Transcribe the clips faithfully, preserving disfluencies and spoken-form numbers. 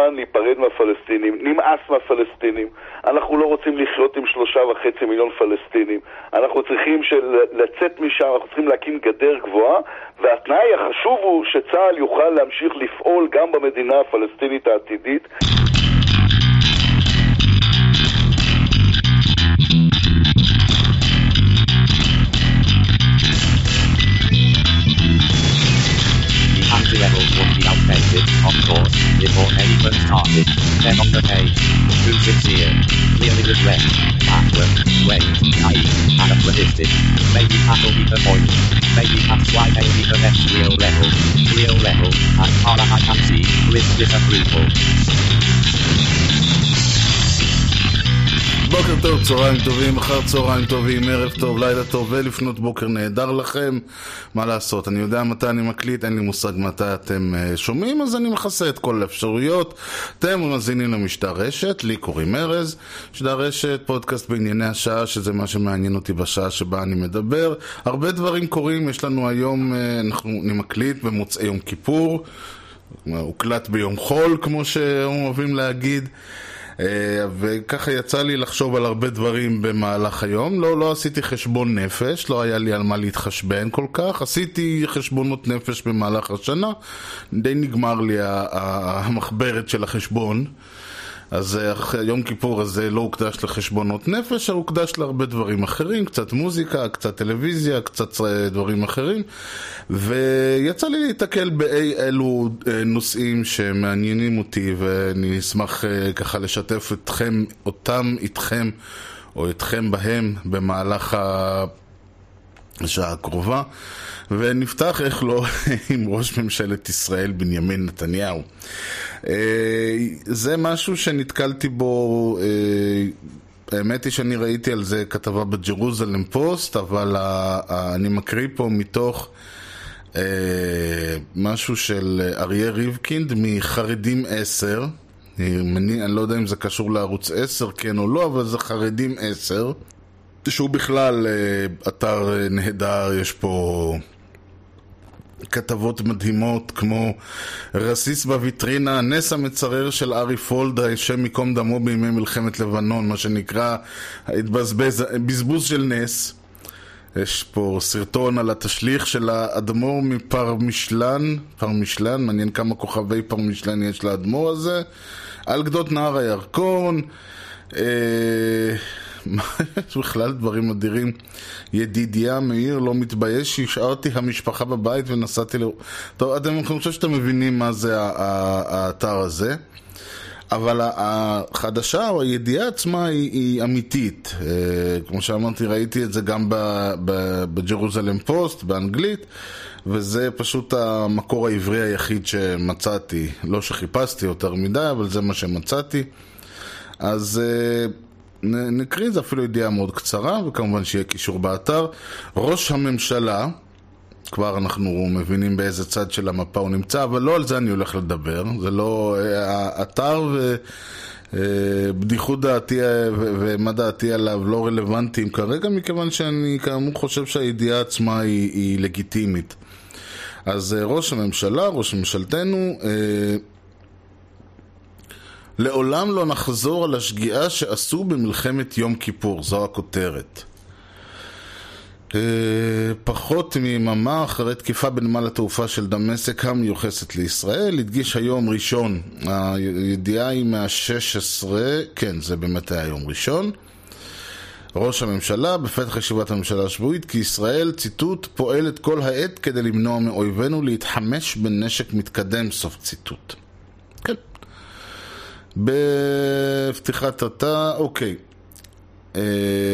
הזמן להיפרד מהפלסטינים, נמאס מהפלסטינים, אנחנו לא רוצים לחיות עם שלושה וחצי מיליון פלסטינים, אנחנו צריכים של... לצאת משם, אנחנו צריכים להקים גדר גבוהה, והתנאי החשוב הוא שצה"ל יוכל להמשיך לפעול גם במדינה הפלסטינית העתידית. The levels would be outdated, of course, before anyone started. Then on the page, too sincere, clearly regret, backward, wait, naive, anachronistic. Maybe that'll be the point. Maybe that's why they need the next real level. Real level, as far as I can see, with disapproval. בוקר טוב, צהריים טובים, אחר צהריים טובים, ערב טוב, לילה טוב ולפנות בוקר נהדר לכם. מה לעשות, אני יודע מתי אני מקליט, אין לי מושג מתי אתם שומעים, אז אני מכסה את כל האפשרויות. אתם מזינים למשדר רשת, לי קוראים ארז, משדר רשת, פודקאסט בענייני השעה, שזה מה שמעניין אותי בשעה שבה אני מדבר. הרבה דברים קורים, יש לנו היום, אנחנו נמקליט במוצאי יום כיפור, הוקלט ביום חול, כמו שאוהבים להגיד. וככה יצא לי לחשוב על הרבה דברים במהלך היום. לא, לא עשיתי חשבון נפש, לא היה לי על מה להתחשבן כל כך. עשיתי חשבונות נפש במהלך השנה, די נגמר לי המחברת של החשבון. אז יום כיפור הזה לא הוקדש לחשבונות נפש, הוא הוקדש להרבה דברים אחרים, קצת מוזיקה, קצת טלוויזיה, קצת דברים אחרים, ויצא לי להתקל באי אלו נושאים שמעניינים אותי, ואני אשמח ככה לשתף אתכם, אותם איתכם, או אתכם בהם במהלך השעה הקרובה. ונפתח איך לא עם ראש ממשלת ישראל בנימין נתניהו. זה משהו שנתקלתי בו, האמת היא שאני ראיתי על זה כתבה בג'רוזלם פוסט, אבל אני מקריא פה מתוך משהו של אריה ריבקינד מחרדים עשר. אני לא יודע אם זה קשור לערוץ עשר כן או לא, אבל זה חרדים עשר, שהוא בכלל אתר נהדר. יש פה כתבות מדהימות כמו רסיס בוויטרינה, נס המצרר של ארי פולדה, שם מקום דמו בימי מלחמת לבנון, מה שנקרא התבזבז, בזבוז של נס. יש פה סרטון על התשליך של האדמו"ר מפרמישלן, פרמישלן, מעניין כמה כוכבי פרמישלן יש לאדמו"ר הזה, על גדות נהר הירקון. אה... יש בכלל דברים אדירים. ידידיה מאיר, לא מתבייש שהשארתי המשפחה בבית ונסעתי ל... טוב, אתם חושבים שאתם מבינים מה זה האתר הזה, אבל החדשה או הידיעה עצמה היא, היא אמיתית. כמו שאמרתי, ראיתי את זה גם בג'רוזלם פוסט באנגלית, וזה פשוט המקור העברי היחיד שמצאתי, לא שחיפשתי יותר מדי, אבל זה מה שמצאתי. אז נקריא, זה אפילו ידיעה מאוד קצרה, וכמובן שיהיה קישור באתר. ראש הממשלה, כבר אנחנו מבינים באיזה צד של המפה הוא נמצא, אבל לא על זה אני הולך לדבר. זה לא האתר ובדיחות דעתי ומה דעתי עליו לא רלוונטיים כרגע, מכיוון שאני כאמור חושב שהידיעה עצמה היא, היא לגיטימית. אז ראש הממשלה, ראש ממשלתנו, לעולם לא נחזור על השגיאה שעשו במלחמת יום כיפור, זו הכותרת. פחות מיממה אחרי תקיפה בנמל התעופה של דמשק המיוחסת לישראל, הדגיש היום ראשון, הידיעה היא מה-שש עשרה, כן, זה באמת היה יום ראשון, ראש הממשלה בפתח ישיבת הממשלה השבועית, כי ישראל, ציטוט, פועלת כל העת כדי למנוע מאויבינו להתחמש בנשק מתקדם, סוף ציטוט. כן. בפתיחת התא, אוקיי. אה...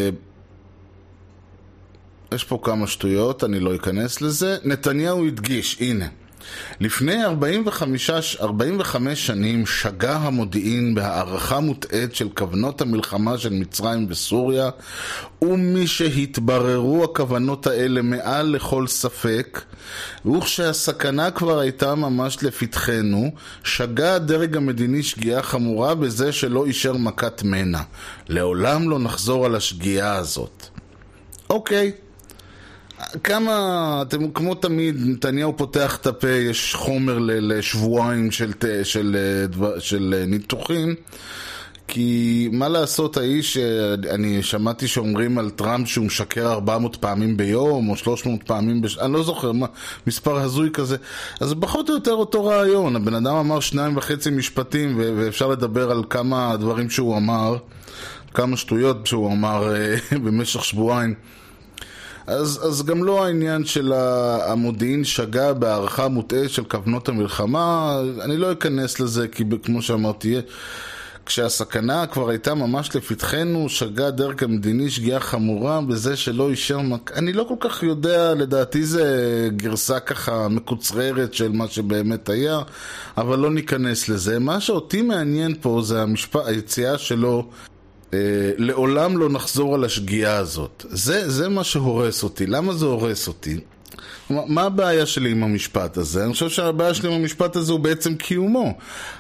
יש פה כמה שטויות, אני לא אכנס לזה. נתניהו הדגיש, הנה, לפני ארבעים וחמש שנים שגה המודיעין בהערכה מוטעת של כוונות המלחמה של מצרים וסוריה, ומי שהתבררו הכוונות האלה מעל לכל ספק, וכשהסכנה כבר הייתה ממש לפתחנו, שגה הדרג המדיני שגיאה חמורה בזה שלא אישר מכת מנע. לעולם לא נחזור על השגיאה הזאת. אוקיי. כמה, אתם כמו תמיד, נתניהו פותח את הפה, יש חומר לשבועיים של, של, של, של ניתוחים, כי מה לעשות, האיש, אני שמעתי שאומרים על טראמפ שהוא משקר ארבע מאות פעמים ביום, או שלוש מאות פעמים, בש... אני לא זוכר, מה, מספר הזוי כזה, אז פחות או יותר אותו רעיון, הבן אדם אמר שניים וחצי משפטים, ו- ואפשר לדבר על כמה דברים שהוא אמר, כמה שטויות שהוא אמר במשך שבועיים, אז, אז גם לא העניין של המודיעין שגה בהערכה מוטעה של כוונות המלחמה, אני לא אכנס לזה, כי כמו שאמרתי, כשהסכנה כבר הייתה ממש לפתחנו, שגה דרג המדיני שגיאה חמורה בזה שלא אישר מק... אני לא כל כך יודע, לדעתי זה גרסה ככה מקוצררת של מה שבאמת היה, אבל לא ניכנס לזה. מה שאותי מעניין פה זה המשפט, היציאה שלו, אה, לעולם לא נחזור על השגיאה הזאת. זה, זה מה שהורס אותי. למה זה הורס אותי? מה הבעיה שלי עם המשפט הזה? אני חושב שהבעיה שלי עם המשפט הזה הוא בעצם קיומו.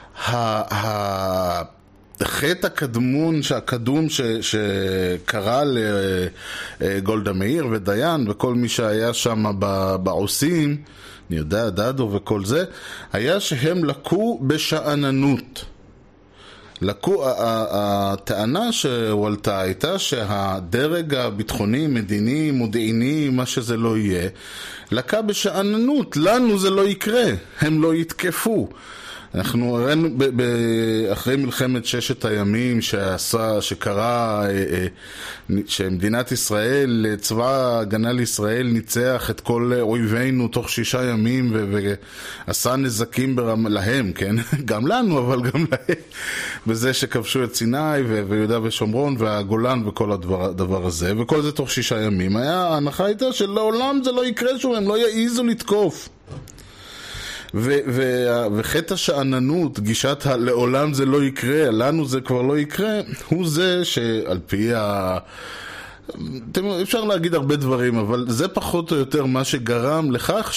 ה... החטא הקדמון, הקדום ש, שקרה לגולדה מאיר ודיין וכל מי שהיה שם בעושים, אני יודע, דדו וכל זה, היה שהם לקו בשעננות. לקו, הטענה שהועלתה הייתה שהדרג הביטחוני, מדיני, מודיעיני, מה שזה לא יהיה, לקה בשעננות. לנו זה לא יקרה, הם לא יתקפו. אנחנו ראינו אחרי מלחמת ששת הימים שעשה, שקרה, שמדינת ישראל, צבא ההגנה לישראל ניצח את כל אויבינו תוך שישה ימים ועשה נזקים ברמ... להם, כן? גם לנו, אבל גם להם, בזה שכבשו את סיני ויהודה ושומרון והגולן וכל הדבר, הדבר הזה, וכל זה תוך שישה ימים. היה, ההנחה הייתה שלעולם זה לא יקרה שוב, הם לא יעיזו לתקוף. ו- ו- וחטא השעננות, גישת לעולם זה לא יקרה, לנו זה כבר לא יקרה, הוא זה שעל פי ה... אפשר להגיד הרבה דברים, אבל זה פחות או יותר מה שגרם לכך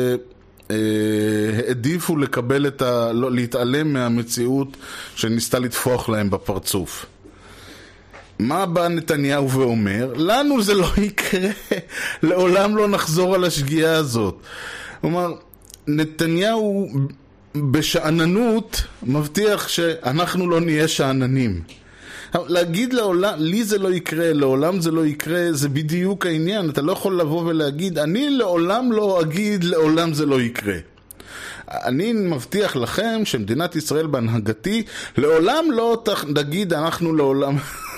שהעדיפו לקבל את ה... לא, להתעלם מהמציאות שניסתה לתפוח להם בפרצוף. מה בא נתניהו ואומר? לנו זה לא יקרה, לעולם לא נחזור על השגיאה הזאת. הוא אומר, נתניהו בשעננות מבטיח שאנחנו לא נהיה שעננים. להגיד לעולם, לי זה לא יקרה, לעולם זה לא יקרה, זה בדיוק העניין. אתה לא יכול לבוא ולהגיד, אני לעולם לא אגיד, לעולם זה לא יקרה. אני מבטיח לכם שמדינת ישראל בהנהגתי, לעולם לא תגיד, אנחנו לעולם...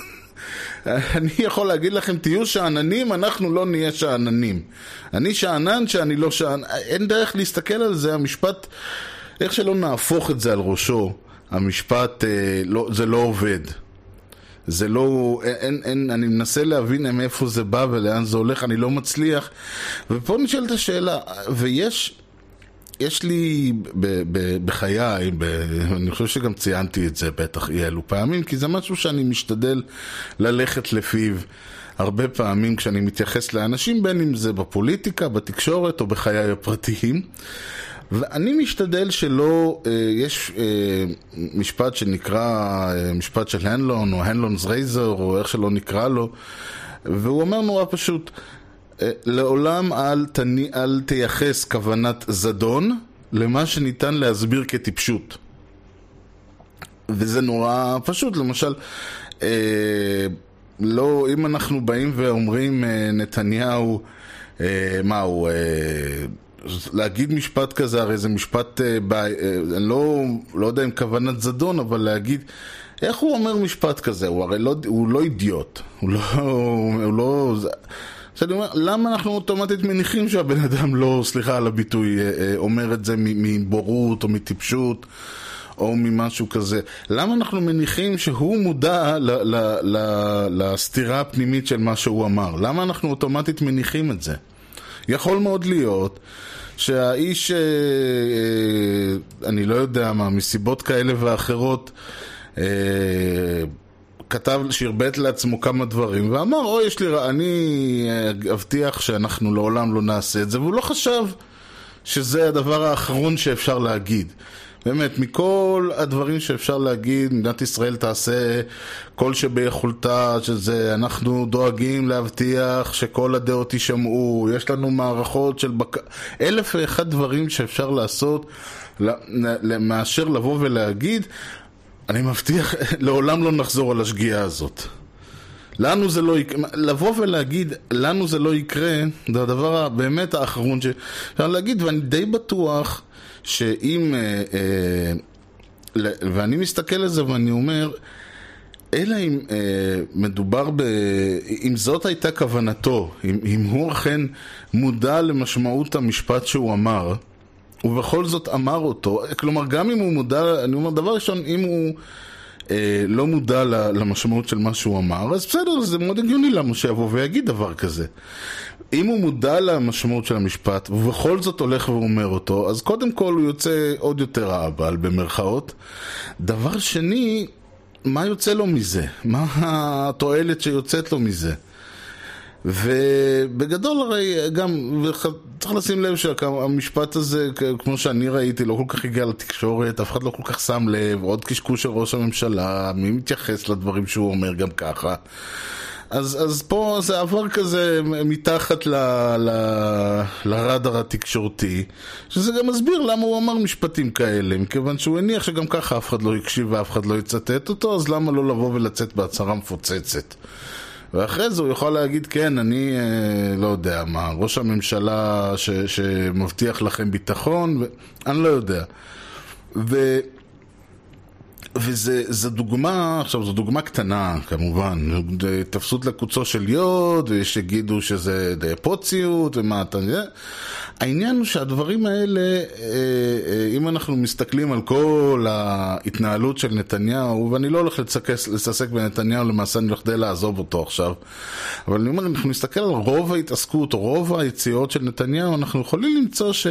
אני יכול להגיד לכם, תהיו שעננים, אנחנו לא נהיה שעננים. אני שענן שאני לא שענן. אין דרך להסתכל על זה, המשפט, איך שלא נהפוך את זה על ראשו, המשפט, אה, לא, זה לא עובד. זה לא, אין, אין, אני מנסה להבין מאיפה זה בא ולאן זה הולך, אני לא מצליח. ופה נשאלת השאלה, ויש... יש לי ב- ב- בחיי, ב- אני חושב שגם ציינתי את זה בטח אי אלו פעמים, כי זה משהו שאני משתדל ללכת לפיו הרבה פעמים כשאני מתייחס לאנשים, בין אם זה בפוליטיקה, בתקשורת או בחיי הפרטיים, ואני משתדל שלא, יש משפט שנקרא משפט של הנלון או הנלונ's razor או איך שלא נקרא לו, והוא אומר נורא פשוט, לעולם אל, תני, אל תייחס כוונת זדון למה שניתן להסביר כטיפשות. וזה נורא פשוט. למשל, אה, לא, אם אנחנו באים ואומרים אה, נתניהו, אה, מה הוא, אה, להגיד משפט כזה, הרי זה משפט, אה, ב, אה, אני לא, לא יודע אם כוונת זדון, אבל להגיד, איך הוא אומר משפט כזה? הוא הרי לא, הוא לא אידיוט. הוא לא, הוא לא... שאני אומר, למה אנחנו אוטומטית מניחים שהבן אדם לא, סליחה על הביטוי, אומר את זה מבורות או מטיפשות או ממשהו כזה? למה אנחנו מניחים שהוא מודע ל- ל- ל- לסתירה הפנימית של מה שהוא אמר? למה אנחנו אוטומטית מניחים את זה? יכול מאוד להיות שהאיש, אני לא יודע מה, מסיבות כאלה ואחרות, כתב, שרבט לעצמו כמה דברים ואמר, או יש לי, אני אבטיח שאנחנו לעולם לא נעשה את זה, והוא לא חשב שזה הדבר האחרון שאפשר להגיד. באמת, מכל הדברים שאפשר להגיד, מדינת ישראל תעשה כל שביכולתה, שזה אנחנו דואגים להבטיח שכל הדעות יישמעו, יש לנו מערכות של בק... אלף ואחד דברים שאפשר לעשות, מאשר לבוא ולהגיד, אני מבטיח, לעולם לא נחזור על השגיאה הזאת. לנו זה לא יקרה, לבוא ולהגיד, לנו זה לא יקרה, זה הדבר באמת האחרון שאפשר להגיד, ואני די בטוח שאם, אה, אה, ואני מסתכל על זה ואני אומר, אלא אם אה, מדובר ב... אם זאת הייתה כוונתו, אם, אם הוא אכן מודע למשמעות המשפט שהוא אמר, ובכל זאת אמר אותו, כלומר גם אם הוא מודע, אני אומר דבר ראשון, אם הוא אה, לא מודע למשמעות של מה שהוא אמר, אז בסדר, זה מאוד הגיוני למה שיבוא ויגיד דבר כזה. אם הוא מודע למשמעות של המשפט, ובכל זאת הולך ואומר אותו, אז קודם כל הוא יוצא עוד יותר העבל במרכאות. דבר שני, מה יוצא לו מזה? מה התועלת שיוצאת לו מזה? ובגדול הרי גם, צריך לשים לב שהמשפט הזה, כמו שאני ראיתי, לא כל כך הגיע לתקשורת, אף אחד לא כל כך שם לב, עוד קשקוש של ראש הממשלה, מי מתייחס לדברים שהוא אומר גם ככה. אז, אז פה זה עבר כזה מתחת ל, ל, לרדאר התקשורתי, שזה גם מסביר למה הוא אמר משפטים כאלה, מכיוון שהוא הניח שגם ככה אף אחד לא יקשיב ואף אחד לא יצטט אותו, אז למה לא לבוא ולצאת בהצהרה מפוצצת? ואחרי זה הוא יכול להגיד, כן, אני אה, לא יודע מה, ראש הממשלה ש, שמבטיח לכם ביטחון, ואני לא יודע. ו... וזה דוגמה, עכשיו זו דוגמה קטנה כמובן, תפסות לקוצו של יוד, ויש יגידו שזה די פוציות ומה אתה יודע. העניין הוא שהדברים האלה, אם אנחנו מסתכלים על כל ההתנהלות של נתניהו, ואני לא הולך לססק בנתניהו, למעשה אני הולך די לעזוב אותו עכשיו, אבל אני אומר, אנחנו מסתכל על רוב ההתעסקות או רוב היציאות של נתניהו, אנחנו יכולים למצוא ש...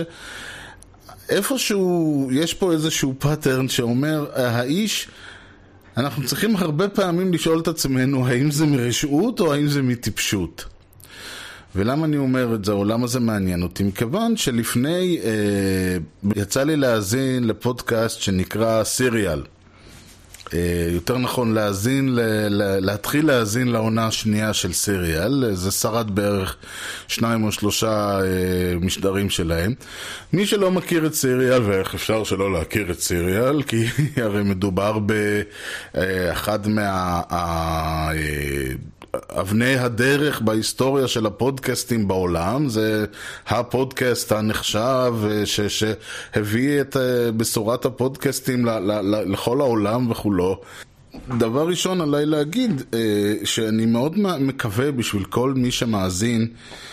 איפשהו יש פה איזשהו פאטרן שאומר, האיש, אנחנו צריכים הרבה פעמים לשאול את עצמנו האם זה מרשעות או האם זה מטיפשות. ולמה אני אומר את זה או למה זה מעניין אותי? מכיוון שלפני אה, יצא לי להאזין לפודקאסט שנקרא סיריאל. יותר נכון להאזין, להתחיל להאזין לעונה השנייה של סיריאל, זה שרד בערך שניים או שלושה משדרים שלהם. מי שלא מכיר את סיריאל, ואיך אפשר שלא להכיר את סיריאל, כי הרי מדובר באחד מה... אבני הדרך בהיסטוריה של הפודקאסטים בעולם, זה הפודקאסט הנחשב ש- שהביא את בשורת הפודקאסטים ל- ל- לכל העולם וכולו. דבר ראשון עליי להגיד שאני מאוד מקווה בשביל כל מי שמאזין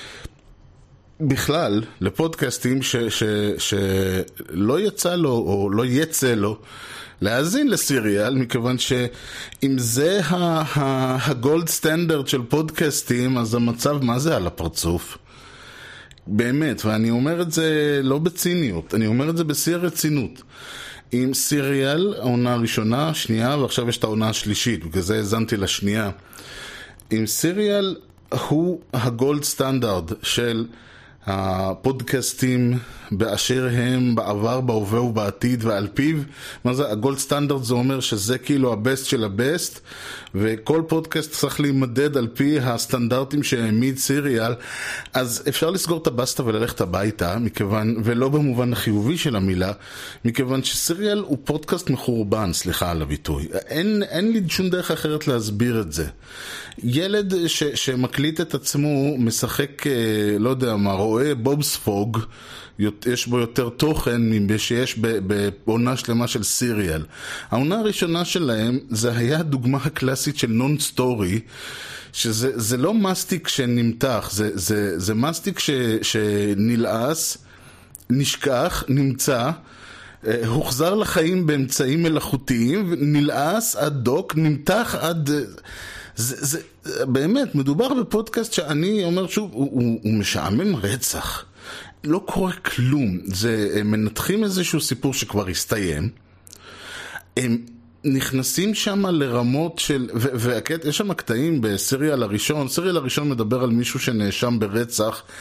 בכלל לפודקאסטים ש- ש- שלא יצא לו או לא יצא לו להאזין לסיריאל, מכיוון שאם זה הגולד סטנדרט של פודקאסטים, אז המצב מה זה על הפרצוף? באמת, ואני אומר את זה לא בציניות, אני אומר את זה בשיא הרצינות. עם סיריאל, העונה הראשונה, שנייה, ועכשיו יש את העונה השלישית, בגלל זה הזנתי לשנייה. עם סיריאל הוא הגולד סטנדרט של הפודקאסטים באשר הם בעבר, בהווה ובעתיד, ועל פיו, מה זה? הגולד סטנדרט זה אומר שזה כאילו הבסט של הבסט, וכל פודקאסט צריך להימדד על פי הסטנדרטים שהעמיד סיריאל. אז אפשר לסגור את הבסטה וללכת הביתה, מכיוון, ולא במובן החיובי של המילה, מכיוון שסיריאל הוא פודקאסט מחורבן, סליחה על הביטוי. אין, אין לי שום דרך אחרת להסביר את זה. ילד ש, שמקליט את עצמו משחק, לא יודע מה, רואה בובספוג, יש בו יותר תוכן שיש בעונה שלמה של סיריאל. העונה הראשונה שלהם זה היה דוגמה הקלאסית של נון סטורי, שזה זה לא מסטיק שנמתח, זה, זה, זה מסטיק ש, שנלעס, נשכח, נמצא, הוחזר לחיים באמצעים מלאכותיים, נלעס עד דוק, נמתח עד... זה, זה, באמת, מדובר בפודקאסט שאני אומר שוב, הוא, הוא, הוא משעמם רצח. לא קורה כלום. זה, הם מנתחים איזשהו סיפור שכבר הסתיים. הם נכנסים שם לרמות של... ויש שם קטעים בסיריאל הראשון. סיריאל הראשון מדבר על מישהו שנאשם ברצח,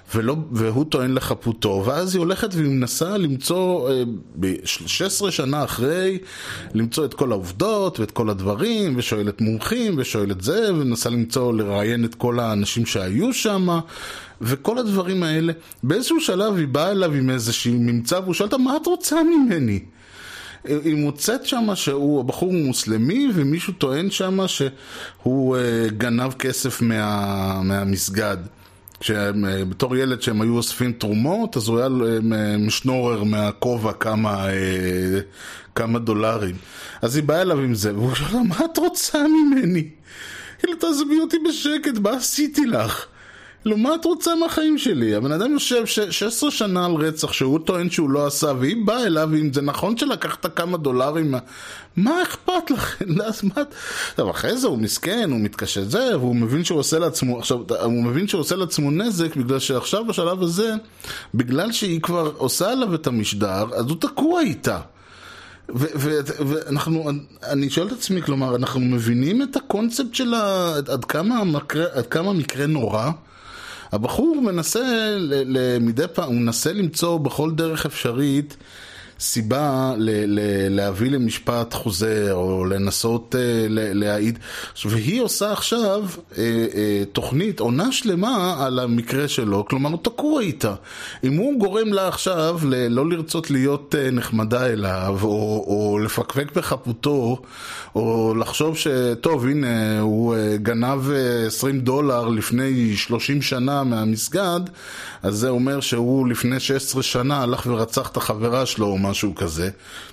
ולא, והוא טוען לחפותו, ואז היא הולכת והיא מנסה למצוא, ב-שש עשרה שנה אחרי, למצוא את כל העובדות ואת כל הדברים, ושואלת מומחים, ושואלת זה, ומנסה למצוא, לראיין את כל האנשים שהיו שם, וכל הדברים האלה. באיזשהו שלב היא באה אליו עם איזושהי ממצא, והוא שואלת, מה את רוצה ממני? היא מוצאת שמה שהוא, הבחור מוסלמי, ומישהו טוען שמה שהוא גנב כסף מה, מהמסגד. שבתור ילד שהם היו אוספים תרומות, אז הוא היה משנורר מהכובע כמה, כמה דולרים. אז היא באה אליו עם זה, והוא שואל, מה את רוצה ממני? כאילו, תעזבי אותי בשקט, מה עשיתי לך? לא, מה את רוצה מהחיים שלי? הבן אדם יושב שש עשרה שנה על רצח שהוא טוען שהוא לא עשה, והיא באה אליו, ואם זה נכון שלקחת כמה דולרים, מה אכפת לכם? אז מה? אבל אחרי זה הוא מסכן, הוא מתקשה זה, והוא מבין שהוא עושה לעצמו, עכשיו, הוא מבין שהוא עושה לעצמו נזק, בגלל שעכשיו בשלב הזה, בגלל שהיא כבר עושה עליו את המשדר, אז הוא תקוע איתה. ואנחנו, אני שואל את עצמי, כלומר, אנחנו מבינים את הקונספט של עד כמה המקרה, עד כמה מקרה נורא. הבחור מנסה למדי פעם, הוא מנסה למצוא בכל דרך אפשרית סיבה ל- ל- להביא למשפט חוזר או לנסות uh, להעיד, והיא עושה עכשיו uh, uh, תוכנית, עונה שלמה על המקרה שלו, כלומר הוא תקוע איתה. אם הוא גורם לה עכשיו ל- לא לרצות להיות uh, נחמדה אליו או, או לפקפק בחפותו או לחשוב שטוב הנה הוא uh, גנב uh, עשרים דולר לפני שלושים שנה מהמסגד, אז זה אומר שהוא לפני שש עשרה שנה הלך ורצח את החברה שלו או משהו כזה.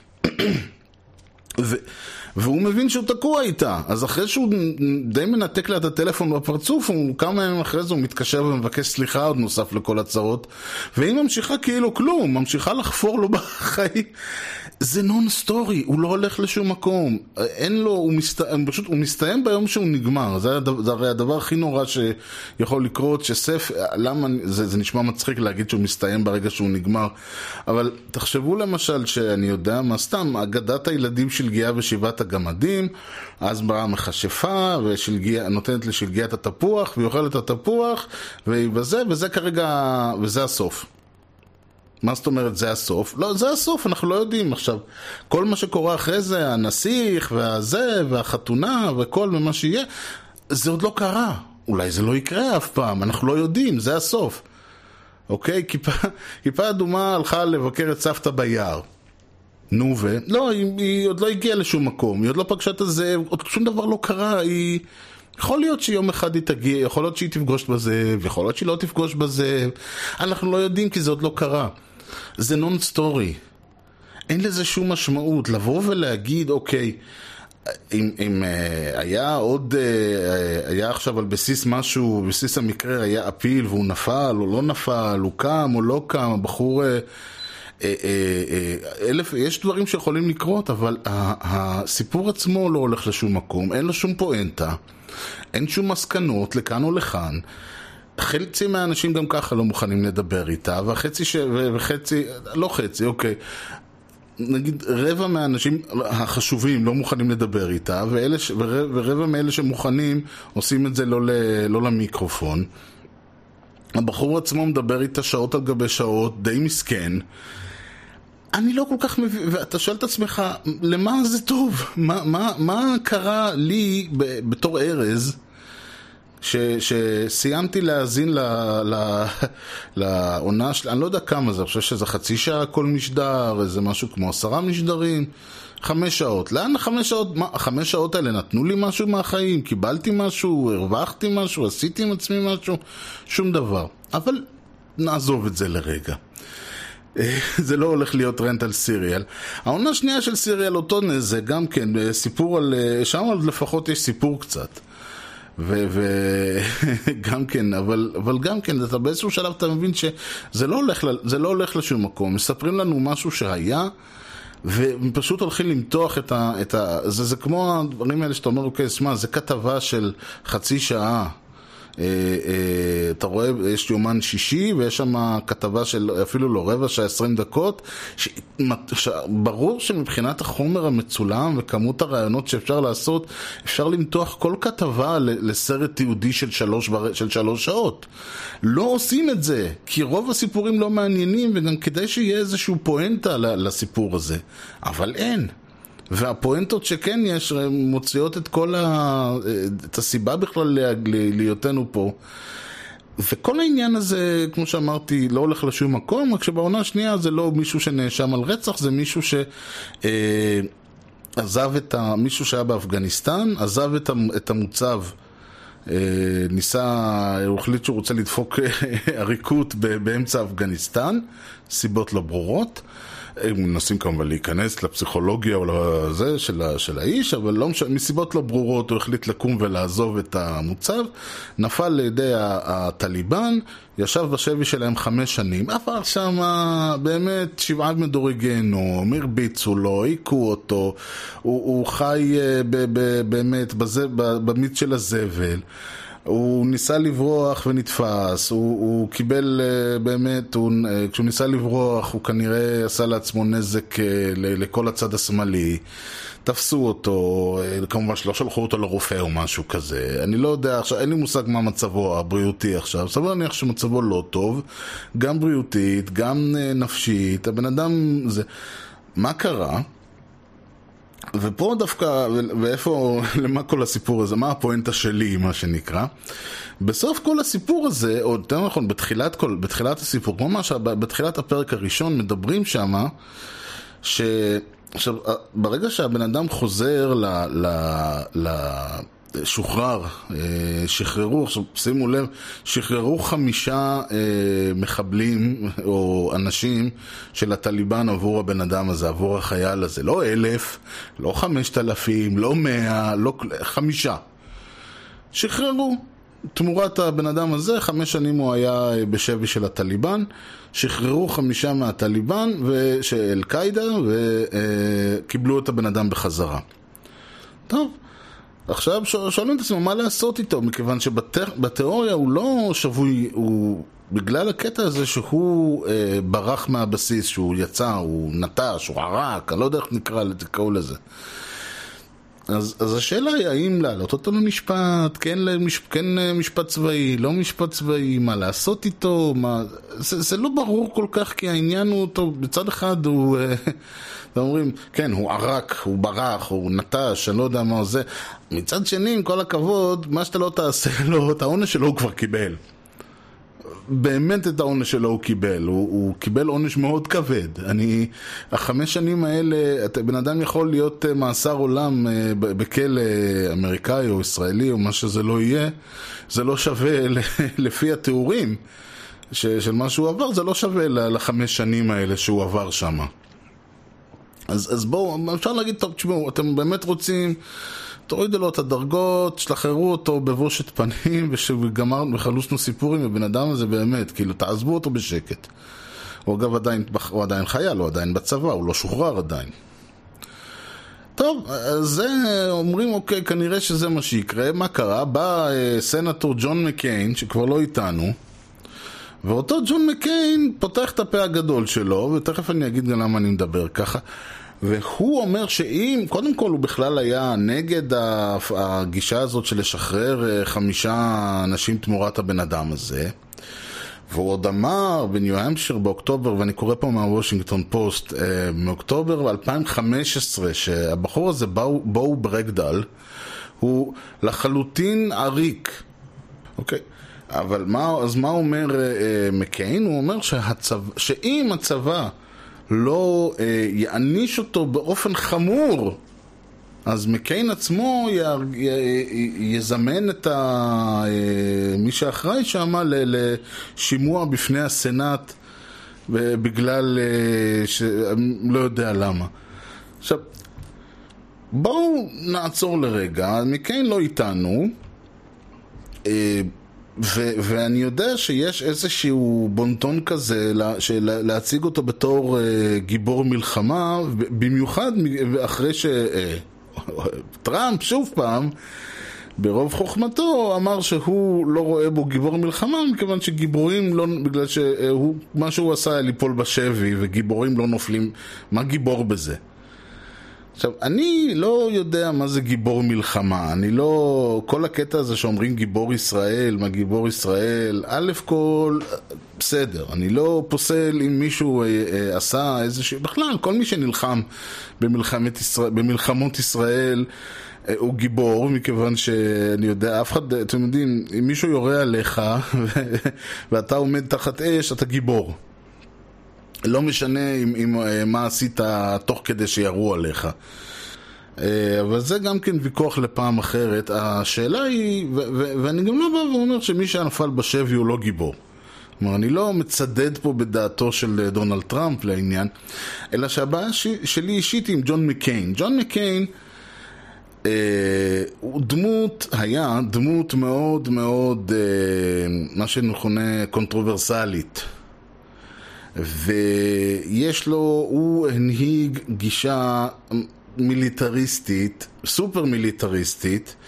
ו... והוא מבין שהוא תקוע איתה. אז אחרי שהוא די מנתק לה את הטלפון בפרצוף, הוא כמה ימים אחרי זה הוא מתקשר ומבקש סליחה עוד נוסף לכל הצרות, והיא ממשיכה כאילו כלום, ממשיכה לחפור לו בחיים. זה נון סטורי, הוא לא הולך לשום מקום, אין לו, הוא, מסת... פשוט, הוא מסתיים ביום שהוא נגמר. זה, הדבר, זה הרי הדבר הכי נורא שיכול לקרות, שסף, למה, זה, זה נשמע מצחיק להגיד שהוא מסתיים ברגע שהוא נגמר, אבל תחשבו למשל שאני יודע מה, סתם, אגדת הילדים שלגיה בשבעת הגמדים, אז באה מכשפה ושלגיה, נותנת לשלגיה את התפוח, והיא אוכלת את התפוח, וזה, וזה כרגע, וזה הסוף. מה זאת אומרת זה הסוף? לא, זה הסוף, אנחנו לא יודעים. עכשיו, כל מה שקורה אחרי זה, הנסיך והזה והחתונה וכל ומה שיהיה, זה עוד לא קרה. אולי זה לא יקרה אף פעם, אנחנו לא יודעים, זה הסוף. אוקיי? כיפה, כיפה אדומה הלכה לבקר את סבתא ביער. נו ו... לא, היא, היא עוד לא הגיעה לשום מקום, היא עוד לא פגשה את הזאב, עוד שום דבר לא קרה, היא... יכול להיות שיום אחד היא תגיע, יכול להיות שהיא תפגוש בזאב, יכול להיות שהיא לא תפגוש בזאב, אנחנו לא יודעים כי זה עוד לא קרה. זה נון סטורי. אין לזה שום משמעות. לבוא ולהגיד, אוקיי, אם, אם uh, היה עוד, uh, היה עכשיו על בסיס משהו, בסיס המקרה היה אפיל והוא נפל או לא נפל, הוא קם או לא קם, הבחור... Uh, אלף, יש דברים שיכולים לקרות, אבל הסיפור עצמו לא הולך לשום מקום, אין לו שום פואנטה, אין שום מסקנות לכאן או לכאן. חצי מהאנשים גם ככה לא מוכנים לדבר איתה, וחצי, ש... וחצי, לא חצי, אוקיי, נגיד רבע מהאנשים החשובים לא מוכנים לדבר איתה, ואלה ש... ורבע מאלה שמוכנים עושים את זה לא, ל... לא למיקרופון. הבחור עצמו מדבר איתה שעות על גבי שעות, די מסכן. אני לא כל כך מבין, ואתה שואל את עצמך, למה זה טוב? מה, מה, מה קרה לי ב, בתור ארז, ש, שסיימתי להאזין ל, ל, לעונה של, אני לא יודע כמה זה, אני חושב שזה חצי שעה כל משדר, איזה משהו כמו עשרה משדרים, חמש שעות. לאן החמש שעות, מה, החמש שעות האלה נתנו לי משהו מהחיים? קיבלתי משהו, הרווחתי משהו, עשיתי עם עצמי משהו? שום דבר. אבל נעזוב את זה לרגע. זה לא הולך להיות רנטל סיריאל. העונה השנייה של סיריאל אותו נזה, גם כן, סיפור על, שם לפחות יש סיפור קצת. וגם כן, אבל, אבל גם כן, אתה באיזשהו שלב אתה מבין שזה לא הולך, זה לא הולך לשום מקום. מספרים לנו משהו שהיה, ופשוט הולכים למתוח את ה... את ה זה, זה כמו הדברים האלה שאתה אומר, אוקיי, סמה, זה כתבה של חצי שעה. אתה רואה, יש יומן שישי ויש שם כתבה של אפילו לא רבע שעה עשרים דקות, ברור שמבחינת החומר המצולם וכמות הרעיונות שאפשר לעשות, אפשר למתוח כל כתבה לסרט תיעודי של שלוש, של שלוש שעות. לא עושים את זה, כי רוב הסיפורים לא מעניינים, וגם כדי שיהיה איזשהו פואנטה לסיפור הזה, אבל אין. והפואנטות שכן יש מוציאות את כל ה... את הסיבה בכלל להיותנו פה. וכל העניין הזה, כמו שאמרתי, לא הולך לשום מקום, רק שבעונה השנייה זה לא מישהו שנאשם על רצח, זה מישהו ש... עזב את ה... מישהו שהיה באפגניסטן, עזב את, ה... את המוצב, ניסה, הוא החליט שהוא רוצה לדפוק עריקות באמצע אפגניסטן, סיבות לא ברורות. הם מנסים כמובן להיכנס לפסיכולוגיה או לזה של, של האיש, אבל לא, מסיבות לא ברורות הוא החליט לקום ולעזוב את המוצב, נפל לידי הטליבן, ישב בשבי שלהם חמש שנים, עבר שם באמת שבעה מדורי גיהנום, הרביצו לו, עיקו אותו, הוא, הוא חי ב, ב, באמת בזה, במיץ של הזבל, הוא ניסה לברוח ונתפס, הוא, הוא קיבל באמת, הוא, כשהוא ניסה לברוח הוא כנראה עשה לעצמו נזק לכל הצד השמאלי, תפסו אותו, כמובן שלא שלחו אותו לרופא או משהו כזה, אני לא יודע, עכשיו אין לי מושג מה מצבו הבריאותי עכשיו, סביר להניח שמצבו לא טוב, גם בריאותית, גם נפשית, הבן אדם זה, מה קרה? ופה דווקא, ואיפה, למה כל הסיפור הזה, מה הפואנטה שלי, מה שנקרא, בסוף כל הסיפור הזה, או יותר נכון, בתחילת, כל, בתחילת הסיפור, כמו מה שבתחילת הפרק הראשון מדברים שמה, ש... עכשיו, ברגע שהבן אדם חוזר ל... ל... ל... שוחרר, שחררו, עכשיו שימו לב, שחררו חמישה מחבלים או אנשים של הטליבן עבור הבן אדם הזה, עבור החייל הזה, לא אלף, לא חמשת אלפים, לא מאה, לא חמישה. שחררו. תמורת הבן אדם הזה, חמש שנים הוא היה בשבי של הטליבן, שחררו חמישה מהטליבן ושל קיידה וקיבלו את הבן אדם בחזרה. טוב. עכשיו שואלים את עצמם מה לעשות איתו, מכיוון שבתיאוריה הוא לא שבוי, הוא בגלל הקטע הזה שהוא אה, ברח מהבסיס, שהוא יצא, הוא נטש, הוא ערק, אני לא יודע איך נקרא לתקראו לזה. אז, אז השאלה היא האם לעלות אותו למשפט, כן, למש, כן משפט צבאי, לא משפט צבאי, מה לעשות איתו, מה... זה, זה לא ברור כל כך, כי העניין הוא אותו, בצד אחד הוא... אה, ואומרים, כן, הוא ערק, הוא ברח, הוא נטש, אני לא יודע מה זה. מצד שני, עם כל הכבוד, מה שאתה לא תעשה לו, את העונש שלו הוא כבר קיבל. באמת את העונש שלו הוא קיבל. הוא, הוא קיבל עונש מאוד כבד. אני, החמש שנים האלה, בן אדם יכול להיות מאסר עולם בכלא אמריקאי או ישראלי או מה שזה לא יהיה. זה לא שווה לפי התיאורים של מה שהוא עבר, זה לא שווה לחמש שנים האלה שהוא עבר שם. אז, אז בואו, אפשר להגיד, טוב, תשמעו, אתם באמת רוצים, תורידו לו את הדרגות, שלחררו אותו בבושת פנים, ושגמר, וחלוסנו סיפורים, ובן אדם הזה באמת, כאילו, תעזבו אותו בשקט. הוא אגב עדיין, הוא עדיין חייל, הוא עדיין בצבא, הוא לא שוחרר עדיין. טוב, אז זה, אומרים, אוקיי, כנראה שזה מה שיקרה. מה קרה? בא אה, סנטור ג'ון מקיין, שכבר לא איתנו, ואותו ג'ון מקיין פותח את הפה הגדול שלו, ותכף אני אגיד גם למה אני מדבר ככה, והוא אומר שאם, קודם כל הוא בכלל היה נגד הגישה הזאת של לשחרר חמישה אנשים תמורת הבן אדם הזה, והוא עוד אמר בניו-המפשיר באוקטובר, ואני קורא פה מהוושינגטון פוסט, מאוקטובר אלפיים וחמש עשרה, שהבחור הזה בואו, בואו ברגדל, הוא לחלוטין עריק. אוקיי? אבל מה, אז מה אומר אה, מקיין? הוא אומר שהצבא, שאם הצבא לא אה, יעניש אותו באופן חמור, אז מקיין עצמו י, י, י, יזמן את ה, אה, מי שאחראי שמה ל, לשימוע בפני הסנאט, בגלל אה, שלא יודע למה. עכשיו, בואו נעצור לרגע. מקיין לא איתנו, אה, ו- ואני יודע שיש איזשהו בונטון כזה לה- של- להציג אותו בתור uh, גיבור מלחמה, במיוחד אחרי שטראמפ uh, שוב פעם ברוב חוכמתו אמר שהוא לא רואה בו גיבור מלחמה, מכיוון שגיבורים לא, בגלל שהוא, מה שהוא עשה היה ליפול בשבי, וגיבורים לא נופלים. מה גיבור בזה? עכשיו, אני לא יודע מה זה גיבור מלחמה, אני לא, כל הקטע הזה שאומרים גיבור ישראל, מה גיבור ישראל, א' כל, בסדר, אני לא פוסל אם מישהו אה, אה, עשה איזשהו, בכלל, כל מי שנלחם במלחמת ישראל, במלחמות ישראל, אה, הוא גיבור, מכיוון שאני יודע, אף אחד, אתם יודעים, אם מישהו יורה עליך, ואתה עומד תחת אש, אתה גיבור. לא משנה עם, עם, מה עשית תוך כדי שירו עליך. אבל זה גם כן ויכוח לפעם אחרת. השאלה היא, ו- ו- ואני גם לא בא ואומר שמי שנפל בשבי הוא לא גיבור. כלומר, אני לא מצדד פה בדעתו של דונלד טראמפ לעניין, אלא שהבעיה ש- שלי אישית עם ג'ון מקיין. ג'ון מקיין אה, הוא דמות, היה דמות מאוד מאוד, אה, מה שנכונה קונטרוברסלית. ויש לו, הוא הנהיג גישה מיליטריסטית, סופר מיליטריסטית,